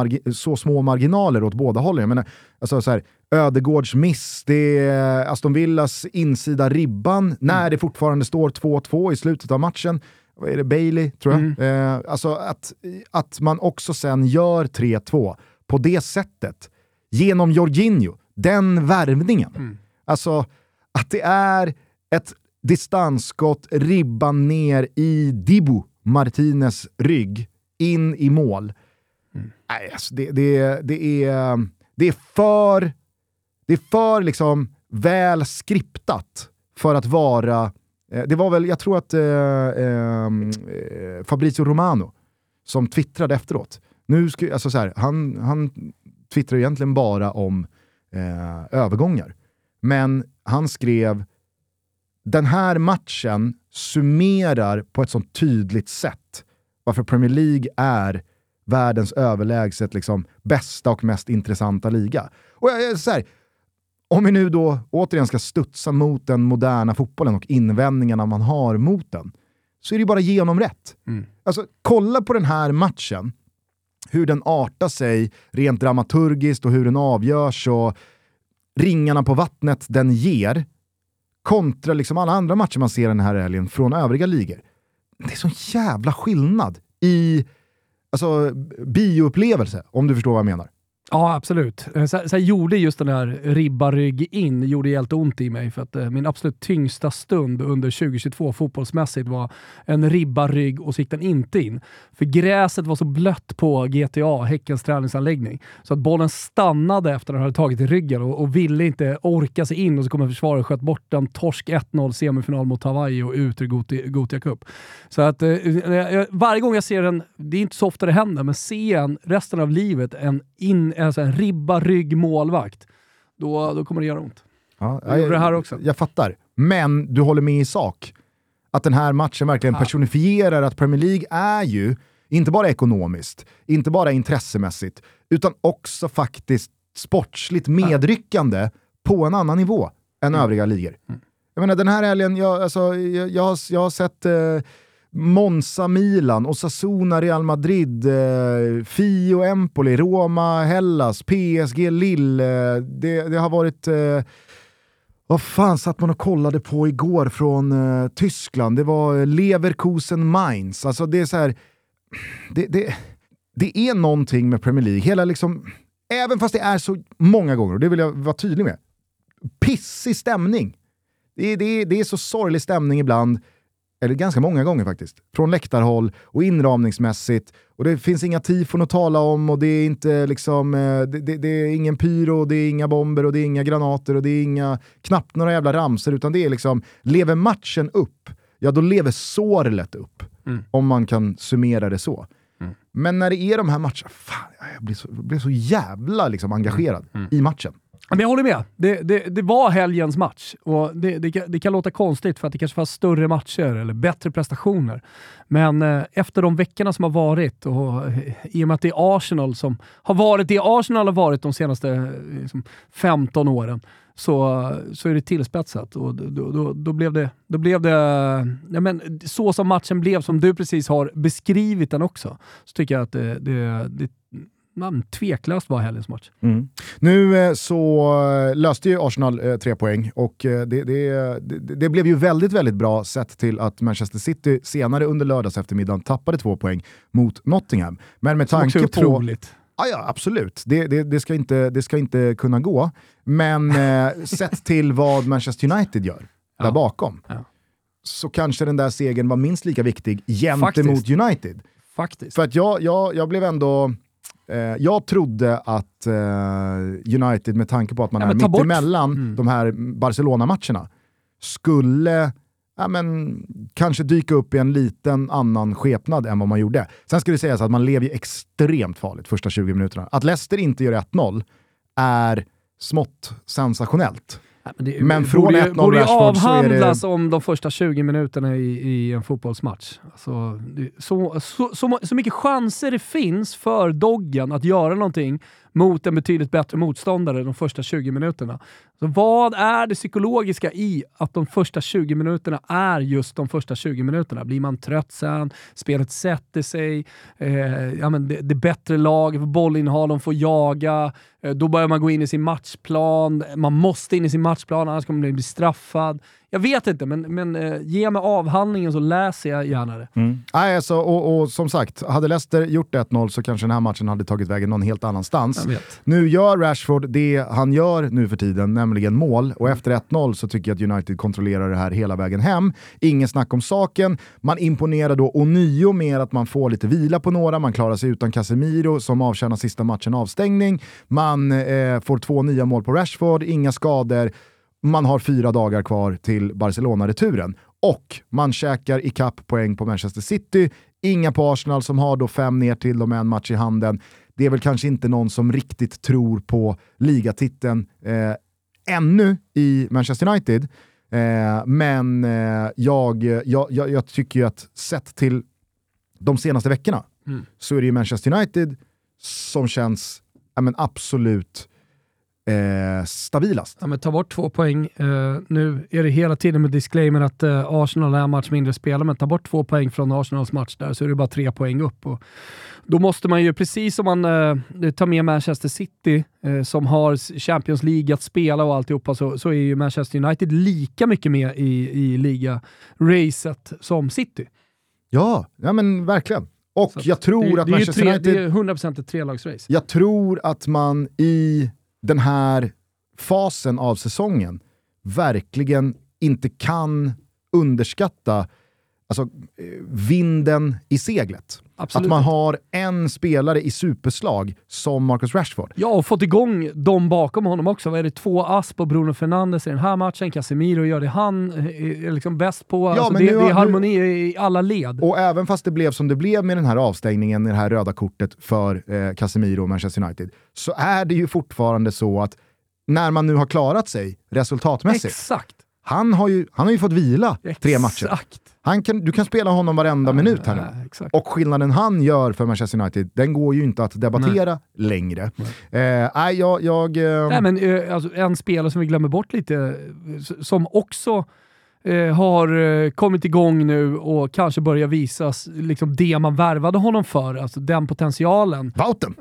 så små marginaler åt båda hållen. Jag menar, alltså så här, Ödegårds miss, det är Aston Villas insida ribban, när det fortfarande står 2-2 i slutet av matchen. Vad är det? Bailey, tror jag. Alltså att man också sen gör 3-2 på det sättet. Genom Jorginho. Den värvningen. Alltså att det är ett distansskott, ribban ner i Dibu Martinez rygg, in i mål. Nej, alltså det är för liksom väl skriptat för att vara... Det var väl, jag tror att Fabrizio Romano som twittrade efteråt. Alltså så här, han twittrar egentligen bara om övergångar. Men han skrev: den här matchen summerar på ett sånt tydligt sätt varför Premier League är världens överlägset liksom bästa och mest intressanta liga. Och så här, om vi nu då återigen ska studsa mot den moderna fotbollen och invändningarna man har mot den, så är det bara genomrätt. Alltså, kolla på den här matchen, hur den artar sig rent dramaturgiskt och hur den avgörs och ringarna på vattnet den ger kontra liksom alla andra matcher man ser den här helgen från övriga ligor. Det är sån jävla skillnad i alltså bioupplevelse, om du förstår vad jag menar. Ja, absolut. Så gjorde just den här ribba-rygg in, gjorde helt ont i mig för att min absolut tyngsta stund under 2022 fotbollsmässigt var en ribba-rygg och så gick den inte in. För gräset var så blött på GTA, Häckens träningsanläggning, så att bollen stannade efter att den hade tagit i ryggen och ville inte orka sig in, och så kommer försvaret sköt bort den, torsk 1-0 semifinal mot Hawaii och ut ur Gothia Cup. Så att varje gång jag ser den, det är inte så ofta det händer, men ser en resten av livet en ribba rygg målvakt, då kommer det göra ont. Ja, jag gjorde det här också. Jag fattar. Men du håller med i sak att den här matchen verkligen personifierar att Premier League är ju inte bara ekonomiskt, inte bara intressemässigt, utan också faktiskt sportsligt medryckande på en annan nivå än övriga ligor. Jag menar, den här helgen, jag har sett Monza, Milan, Osasuna, Real Madrid, Fio, Empoli, Roma, Hellas, PSG, Lille. Det har varit... vad fan satt man och kollade på igår från Tyskland? Det var Leverkusen, Mainz. Alltså det är så här... Det är någonting med Premier League. Hela liksom... Även fast det är så många gånger, och det vill jag vara tydlig med. Pissig stämning. Det är så sorglig stämning ibland. Eller ganska många gånger faktiskt. Från läktarhåll och inramningsmässigt. Och det finns inga tifon att tala om. Och det är inte liksom... Det är ingen pyro, det är inga bomber och det är inga granater och det är inga... Knappt några jävla ramser, utan det är liksom... Lever matchen upp, ja då lever sorlet upp. Om man kan summera det så. Men när det är de här matcherna... Fan, jag blir så jävla liksom engagerad i matchen. Men jag håller med. Det var helgens match. Och det kan låta konstigt för att det kanske var större matcher eller bättre prestationer. Men efter de veckorna som har varit, och i och med att det är Arsenal som har varit det Arsenal har varit de senaste 15 åren, så är det tillspetsat. Och då blev det ja, men så som matchen blev, som du precis har beskrivit den också, så tycker jag att det tveklöst var helgens match. Nu så löste ju Arsenal 3 poäng och det blev ju väldigt, väldigt bra sett till att Manchester City senare under lördags eftermiddagen tappade 2 poäng mot Nottingham. Men med tanke på... Otroligt. Ja, absolut. Det ska inte kunna gå. Men sett till vad Manchester United gör där bakom, så kanske den där segern var minst lika viktig gentemot United. Faktiskt. För att jag blev ändå... jag trodde att United, med tanke på att man är mitt emellan de här Barcelona-matcherna, skulle kanske dyka upp i en liten annan skepnad än vad man gjorde. Sen ska det sägas att man lever ju extremt farligt första 20 minuterna. Att Leicester inte gör 1-0 är smått sensationelt. Men från 1-0 borde Rashford så är det... avhandlas om de första 20 minuterna i en fotbollsmatch. Alltså, så mycket chanser det finns för Doggen att göra någonting mot en betydligt bättre motståndare de första 20 minuterna. Så vad är det psykologiska i att de första 20 minuterna är just de första 20 minuterna? Blir man trött sen? Spelet sätter sig? Det bättre lag, bollinnehav, de får jaga. Då börjar man gå in i sin matchplan. Man måste in i sin matchplan, annars kommer man bli straffad. Jag vet inte, men ge mig avhandlingen så läser jag gärna det. Nej, alltså, och som sagt, hade Leicester gjort 1-0 så kanske den här matchen hade tagit vägen någon helt annanstans. Nu gör Rashford det han gör nu för tiden, nämligen mål. Och efter 1-0 så tycker jag att United kontrollerar det här hela vägen hem. Ingen snack om saken. Man imponerar då ånyo med att man får lite vila på några. Man klarar sig utan Casemiro som avtjänar sista matchen avstängning. Man får 2 nya mål på Rashford, inga skador. Man har 4 dagar kvar till Barcelona-returen. Och man käkar ikapp poäng på Manchester City. Inga på Arsenal som har då 5 ner till dem med en match i handen. Det är väl kanske inte någon som riktigt tror på ligatiteln ännu i Manchester United. Men jag tycker ju att sett till de senaste veckorna så är det ju Manchester United som känns absolut stabilast. Ja, men ta bort 2 poäng. Nu är det hela tiden med disclaimer att Arsenal är en match mindre spelare, men ta bort 2 poäng från Arsenals match där så är det bara 3 poäng upp. Och då måste man ju, precis som man tar med Manchester City som har Champions League att spela och alltihopa, så är ju Manchester United lika mycket med i liga-racet som City. Ja, men verkligen. Och jag tror att Manchester United... Det är 100% ett trelagsrace. Jag tror att man i den här fasen av säsongen verkligen inte kan underskatta vinden i seglet. Absolut. Att man har en spelare i superslag som Marcus Rashford. Ja, och fått igång dem bakom honom också. Vad är det? 2 ass på Bruno Fernandes i den här matchen. Casemiro gör det han är liksom bäst på. Ja, det är harmoni i alla led. Och även fast det blev som det blev med den här avstängningen, det här röda kortet för Casemiro och Manchester United, så är det ju fortfarande så att när man nu har klarat sig resultatmässigt. Exakt. Han har ju fått vila 3 matcher. Du kan spela honom varenda minut här nu. Och skillnaden han gör för Manchester United, den går ju inte att debattera längre. En spelare som vi glömmer bort lite, som också har kommit igång nu och kanske börjar visas liksom det man värvade honom för, alltså den potentialen. Wouten?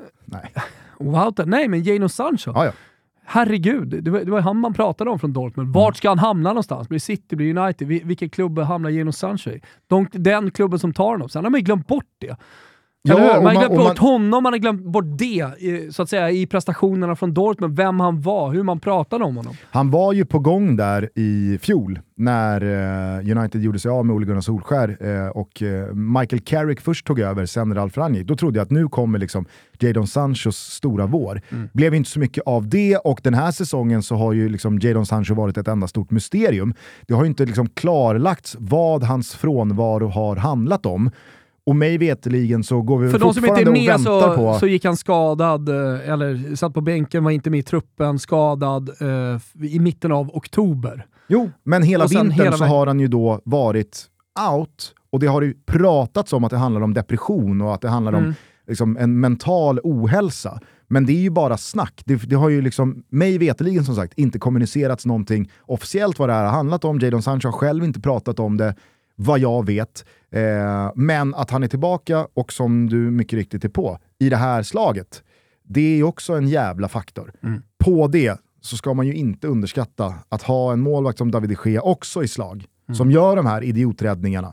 Nej, men Jadon Sancho. Ja. Herregud, det var han man pratade om från Dortmund. Vart ska han hamna någonstans? Blir City, blir United? Vilken klubb hamnar Jadon Sancho i? Den klubben som tar honom. Sen har man ju glömt bort det. Man har glömt bort honom, man har glömt bort det så att säga i prestationerna från Dortmund, vem han var, hur man pratade om honom. Han var ju på gång där i fjol när United gjorde sig av med Ole Gunnar Solskjær och Michael Carrick först tog över, sen Ralf Rangnick. Då trodde jag att nu kommer liksom Jadon Sanchos stora vår. Blev inte så mycket av det, och den här säsongen så har ju liksom Jadon Sancho varit ett enda stort mysterium. Det har ju inte liksom klarlagts vad hans frånvaro har handlat om. Och mig veteligen så går vi fortfarande och väntar på... För de som inte är med så gick han skadad, eller satt på bänken, var inte med i truppen, skadad i mitten av oktober. Jo, men hela vintern så har han ju då varit out, och det har ju pratats om att det handlar om depression och att det handlar om liksom en mental ohälsa. Men det är ju bara snack. Det har ju liksom, mig veteligen som sagt, inte kommunicerats någonting officiellt vad det här har handlat om. Jadon Sancho har själv inte pratat om det, vad jag vet. Men att han är tillbaka, och som du mycket riktigt är på, i det här slaget, det är ju också en jävla faktor. På det så ska man ju inte underskatta att ha en målvakt som David de Gea också i slag, som gör de här idioträddningarna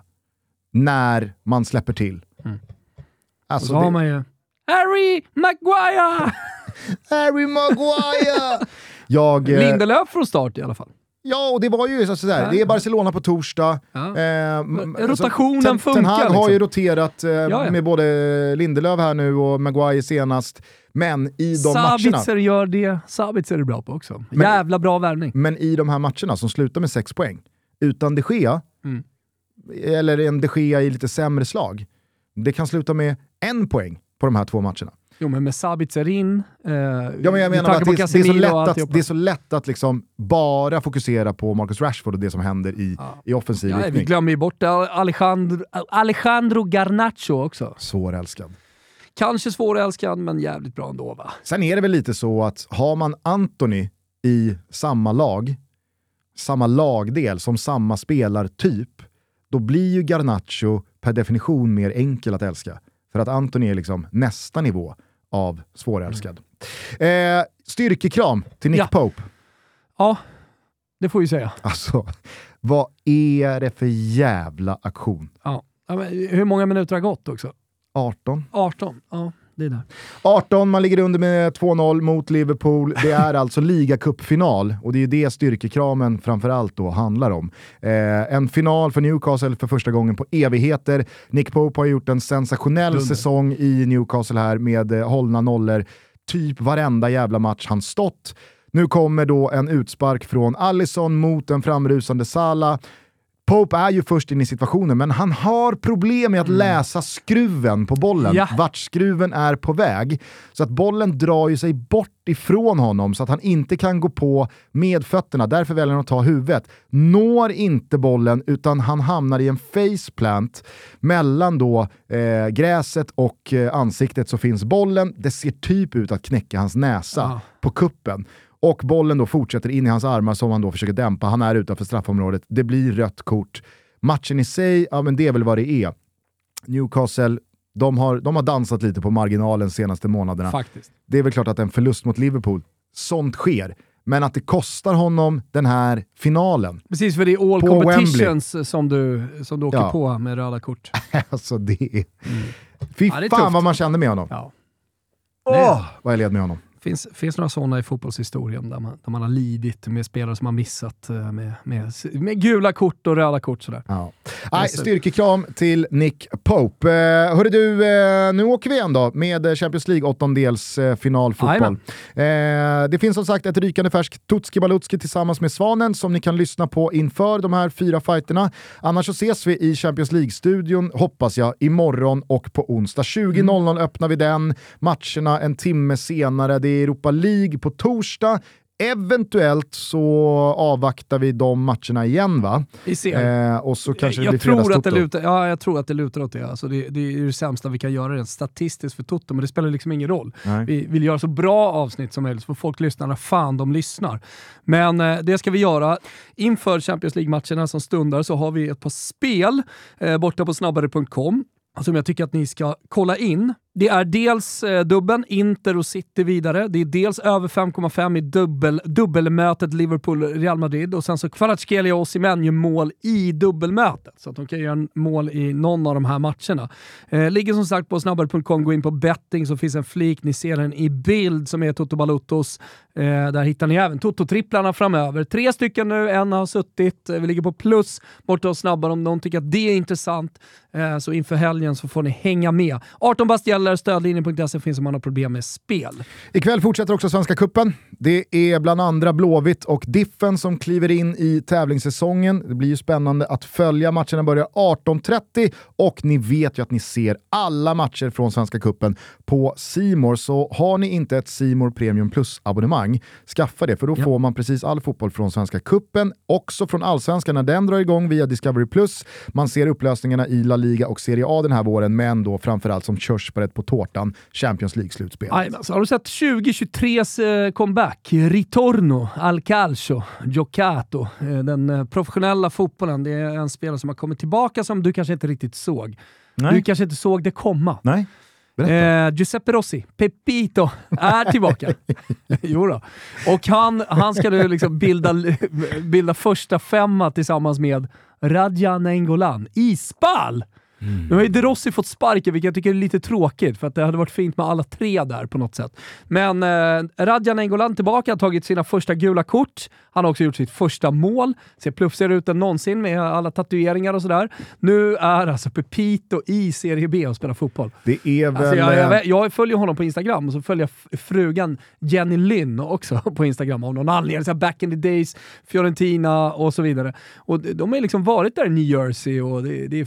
när man släpper till. Alltså, så har man ju Harry Maguire! Harry Maguire! Lindelöf från start i alla fall. Ja, och det var ju sådär. Det är Barcelona på torsdag. Rotationen funkar. Ten Hag har ju roterat med både Lindelöf här nu och Maguire senast. Men i de Sabitzer gör det. Sabitzer är bra på också. Jävla bra värvning. Men i de här matcherna som slutar med 6 poäng, utan de Gea, eller en de Gea i lite sämre slag, det kan sluta med 1 poäng på de här 2 matcherna. Jo, men med Sabitzer in... men jag menar att det är så lätt att liksom bara fokusera på Marcus Rashford och det som händer i offensiv riktning. Vi glömmer ju bort Alejandro Garnacho också. Svårälskad. Kanske svårälskad, men jävligt bra ändå, va? Sen är det väl lite så att har man Anthony i samma lagdel som samma spelartyp, då blir ju Garnacho per definition mer enkel att älska. För att Anthony är liksom nästa nivå av svårälskad. Styrkekram till Nick Pope. Ja, det får vi säga. Alltså, vad är det för jävla aktion? Ja. Men hur många minuter har gått också? 18. Ja, det är där. 18, man ligger under med 2-0 mot Liverpool. Det är alltså ligacupfinal, och det är det styrkekramen framförallt då handlar om. En final för Newcastle för första gången på evigheter. Nick Pope har gjort en sensationell säsong i Newcastle här med hållna nollor. Typ varenda jävla match han stått. Nu kommer då en utspark från Alisson mot en framrusande Salah. Pope är ju först in i situationen, men han har problem med att läsa skruven på bollen. Ja. Vart skruven är på väg. Så att bollen drar ju sig bort ifrån honom så att han inte kan gå på med fötterna. Därför väljer han att ta huvudet. Når inte bollen, utan han hamnar i en faceplant. Mellan då gräset och ansiktet så finns bollen. Det ser typ ut att knäcka hans näsa på kuppen. Och bollen då fortsätter in i hans armar som han då försöker dämpa. Han är utanför straffområdet. Det blir rött kort. Matchen i sig, ja men det är väl vad det är. Newcastle, de har dansat lite på marginalen senaste månaderna. Faktiskt. Det är väl klart att en förlust mot Liverpool, sånt sker. Men att det kostar honom den här finalen. Precis, för det är all competitions som du åker på med röda kort. Alltså det är... Fy fan vad man kände med honom. Ja. Vad jag led med honom. Finns några sådana i fotbollshistorien där man har lidit med spelare som har missat med gula kort och röda kort sådär. Ja. Styrkekram till Nick Pope. Hörru du, nu åker vi igen då med Champions League 8-dels finalfotboll. Det finns som sagt ett rykande färskt Tutski Balutski tillsammans med Svanen som ni kan lyssna på inför de här 4 fighterna. Annars så ses vi i Champions League-studion, hoppas jag, imorgon och på onsdag. 20.00 öppnar vi den. Matcherna en timme senare. Det är Europa League på torsdag. Eventuellt så avvaktar vi de matcherna igen, va? Och så kanske det blir fredagstoto. Jag tror att det lutar åt det. Alltså det är ju det sämsta vi kan göra rent statistiskt för Toto, men det spelar liksom ingen roll. Nej. Vi vill göra så bra avsnitt som möjligt för folk lyssnar när fan de lyssnar. Men det ska vi göra. Inför Champions League-matcherna som stundar så har vi ett par spel borta på snabbare.com som jag tycker att ni ska kolla in. Det är dels dubben, Inter och City vidare. Det är dels över 5,5 i dubbelmötet Liverpool-Real Madrid. Och sen så Kvaratskhelia och Osimhen gör mål i dubbelmötet. Så att de kan göra mål i någon av de här matcherna. Ligger som sagt på snabbare.com. Gå in på betting så finns en flik. Ni ser den i bild som är Toto Baluttos. Där hittar ni även Toto-tripplarna framöver. 3 stycken nu, en har suttit. Vi ligger på plus borta och snabbare om någon tycker att det är intressant. Så inför helgen så får ni hänga med. 18 bast gäller, stödlinjen.se finns om man har problem med spel. Ikväll fortsätter också Svenska Cupen. Det är bland andra Blåvitt och Diffen som kliver in i tävlingssäsongen. Det blir ju spännande att följa. Matcherna börjar 18.30 och ni vet ju att ni ser alla matcher från Svenska Cupen på C More. Så har ni inte ett C More Premium Plus-abonnemang, skaffa det, för då får man precis all fotboll från Svenska Cupen, också från Allsvenskan när den drar igång via Discovery Plus. Man ser upplösningarna i La Liga och Serie A den här våren, men då framförallt som körsbäret på tårtan, Champions League-slutspel. Så har du sett 2023s comeback? Ritorno al calcio, giocato. Den professionella fotbollen. Det är en spelare som har kommit tillbaka som du kanske inte riktigt såg. Nej. Du kanske inte såg det komma. Nej. Giuseppe Rossi, Pepito, är tillbaka. Jo då. Och han ska nu liksom bilda första 5 tillsammans med Radja Nainggolan i Spal. Nu har ju De Rossi fått sparken, vilket jag tycker är lite tråkigt, för att det hade varit fint med alla 3 där på något sätt. Men Radja Nainggolan tillbaka, har tagit sina första gula kort. Han har också gjort sitt första mål. Ser plufsigare ut än någonsin med alla tatueringar och sådär. Nu är alltså Pepito i Serie B och spelar fotboll. Det är väl... jag följer honom på Instagram och så följer jag frugan Jenny Lynn också på Instagram av någon anledning. Så back in the days, Fiorentina och så vidare. Och de har liksom varit där i New Jersey och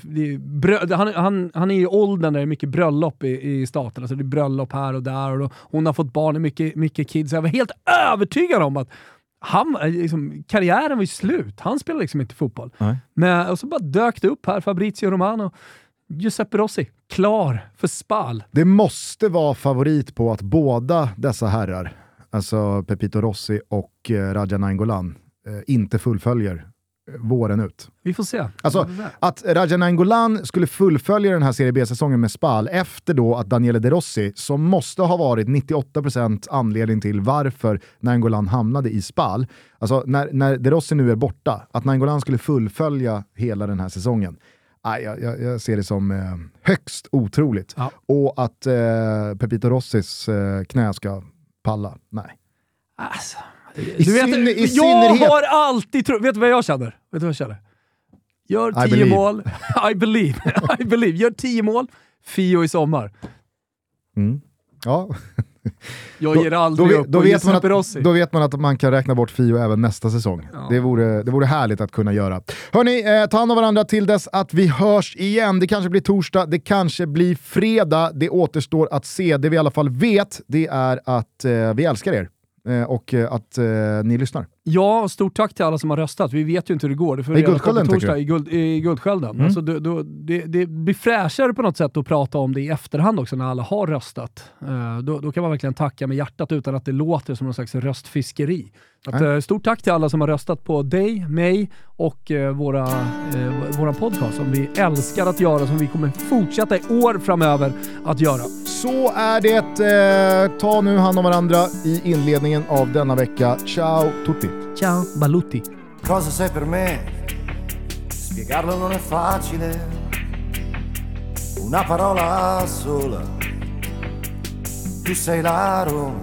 han är i åldern där det är mycket bröllop i staten. Alltså det är bröllop här och där och hon har fått barn och mycket kids. Jag var helt övertygad om att karriären var ju slut. Han spelar liksom inte fotboll. Och så bara dök det upp här Fabrizio Romano, Giuseppe Rossi, klar för Spal. Det måste vara favorit på att båda dessa herrar, alltså Pepito Rossi och Radja Nainggolan, inte fullföljer våren ut. Vi får se. Alltså att Radja Nainggolan skulle fullfölja den här Serie B-säsongen med Spal efter då att Daniele De Rossi, som måste ha varit 98% anledning till varför Nainggolan hamnade i Spal. Alltså när De Rossi nu är borta, att Nainggolan skulle fullfölja hela den här säsongen. Jag ser det som högst otroligt. Ja. Och att Pepito Rossis knä ska palla. Nej. Alltså. Jag har alltid trott... Vet du vad jag känner? Gör 10 mål. I believe. Gör 10 mål. Fio i sommar. Ja. Jag ger aldrig upp. Då vet man att man kan räkna bort Fio även nästa säsong. Ja. Det vore härligt att kunna göra. Hörrni, ta hand om varandra till dess att vi hörs igen. Det kanske blir torsdag, det kanske blir fredag. Det återstår att se. Det vi i alla fall vet, det är att vi älskar er. Och att ni lyssnar. Ja, stort tack till alla som har röstat. Vi vet ju inte hur det går. Det får I Guldskölden, på torsdag i Guldskölden. Alltså, det blir fräschare på något sätt att prata om det i efterhand också när alla har röstat. Då kan man verkligen tacka med hjärtat utan att det låter som någon slags röstfiskeri. Stort tack till alla som har röstat på dig, mig och våran podcast som vi älskar att göra, som vi kommer fortsätta i år framöver att göra. Så är det. Ta nu hand om varandra i inledningen av denna vecka. Ciao tutti. Ciao Balutti. Cosa sei per me? Spiegarlo non è facile. una parola sola, tu sei la Roma.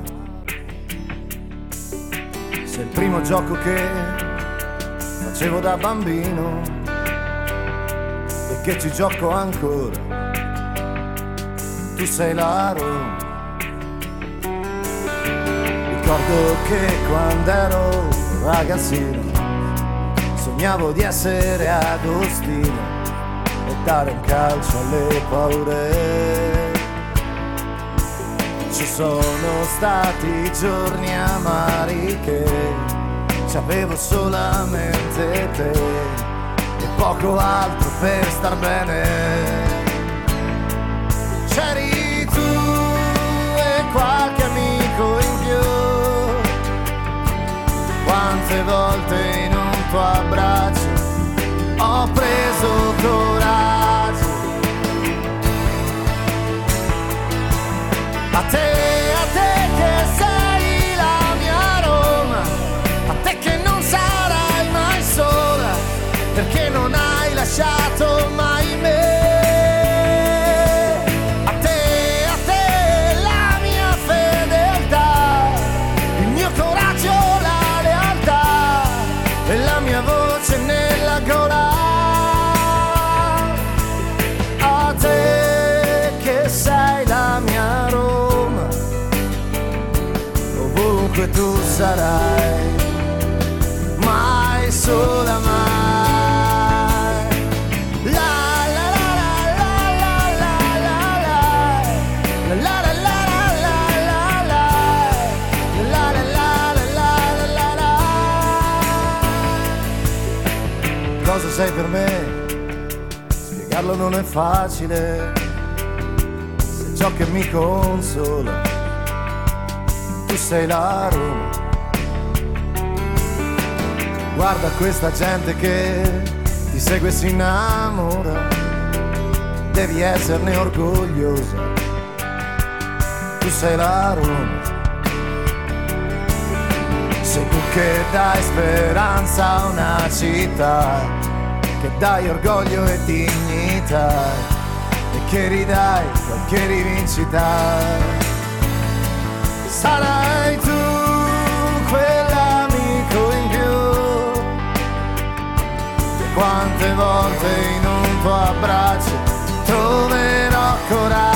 Sei il primo gioco che facevo da bambino e che ci gioco ancora, tu sei la Roma. Ricordo che quando ero ragazzino sognavo di essere Agostino e dare un calcio alle paure. Ci sono stati giorni amari che c'avevo solamente te e poco altro per star bene. C'eri tu e qualche amico in più, quante volte in un tuo abbraccio ho preso coraggio. A te che sei la mia Roma, a te che non sarai mai sola, perché non hai lasciato mai me. A te la mia fedeltà, il mio coraggio, la lealtà e la mia voce nella gola. A te che sei la mia Roma, ovunque tu sarai, mai sola mai. La la la la la la la la la la la la la la la. Cosa sei per me? Spiegarlo non è facile, se ciò che mi consola, tu sei la Roma. Guarda questa gente che ti segue e si innamora, devi esserne orgogliosa, tu sei la Roma. Sei tu che dai speranza a una città, che dai orgoglio e dignità e che ridai qualche rivincita. Sarai tu quell'amico in più, che quante volte in un tuo abbraccio troverò coraggio.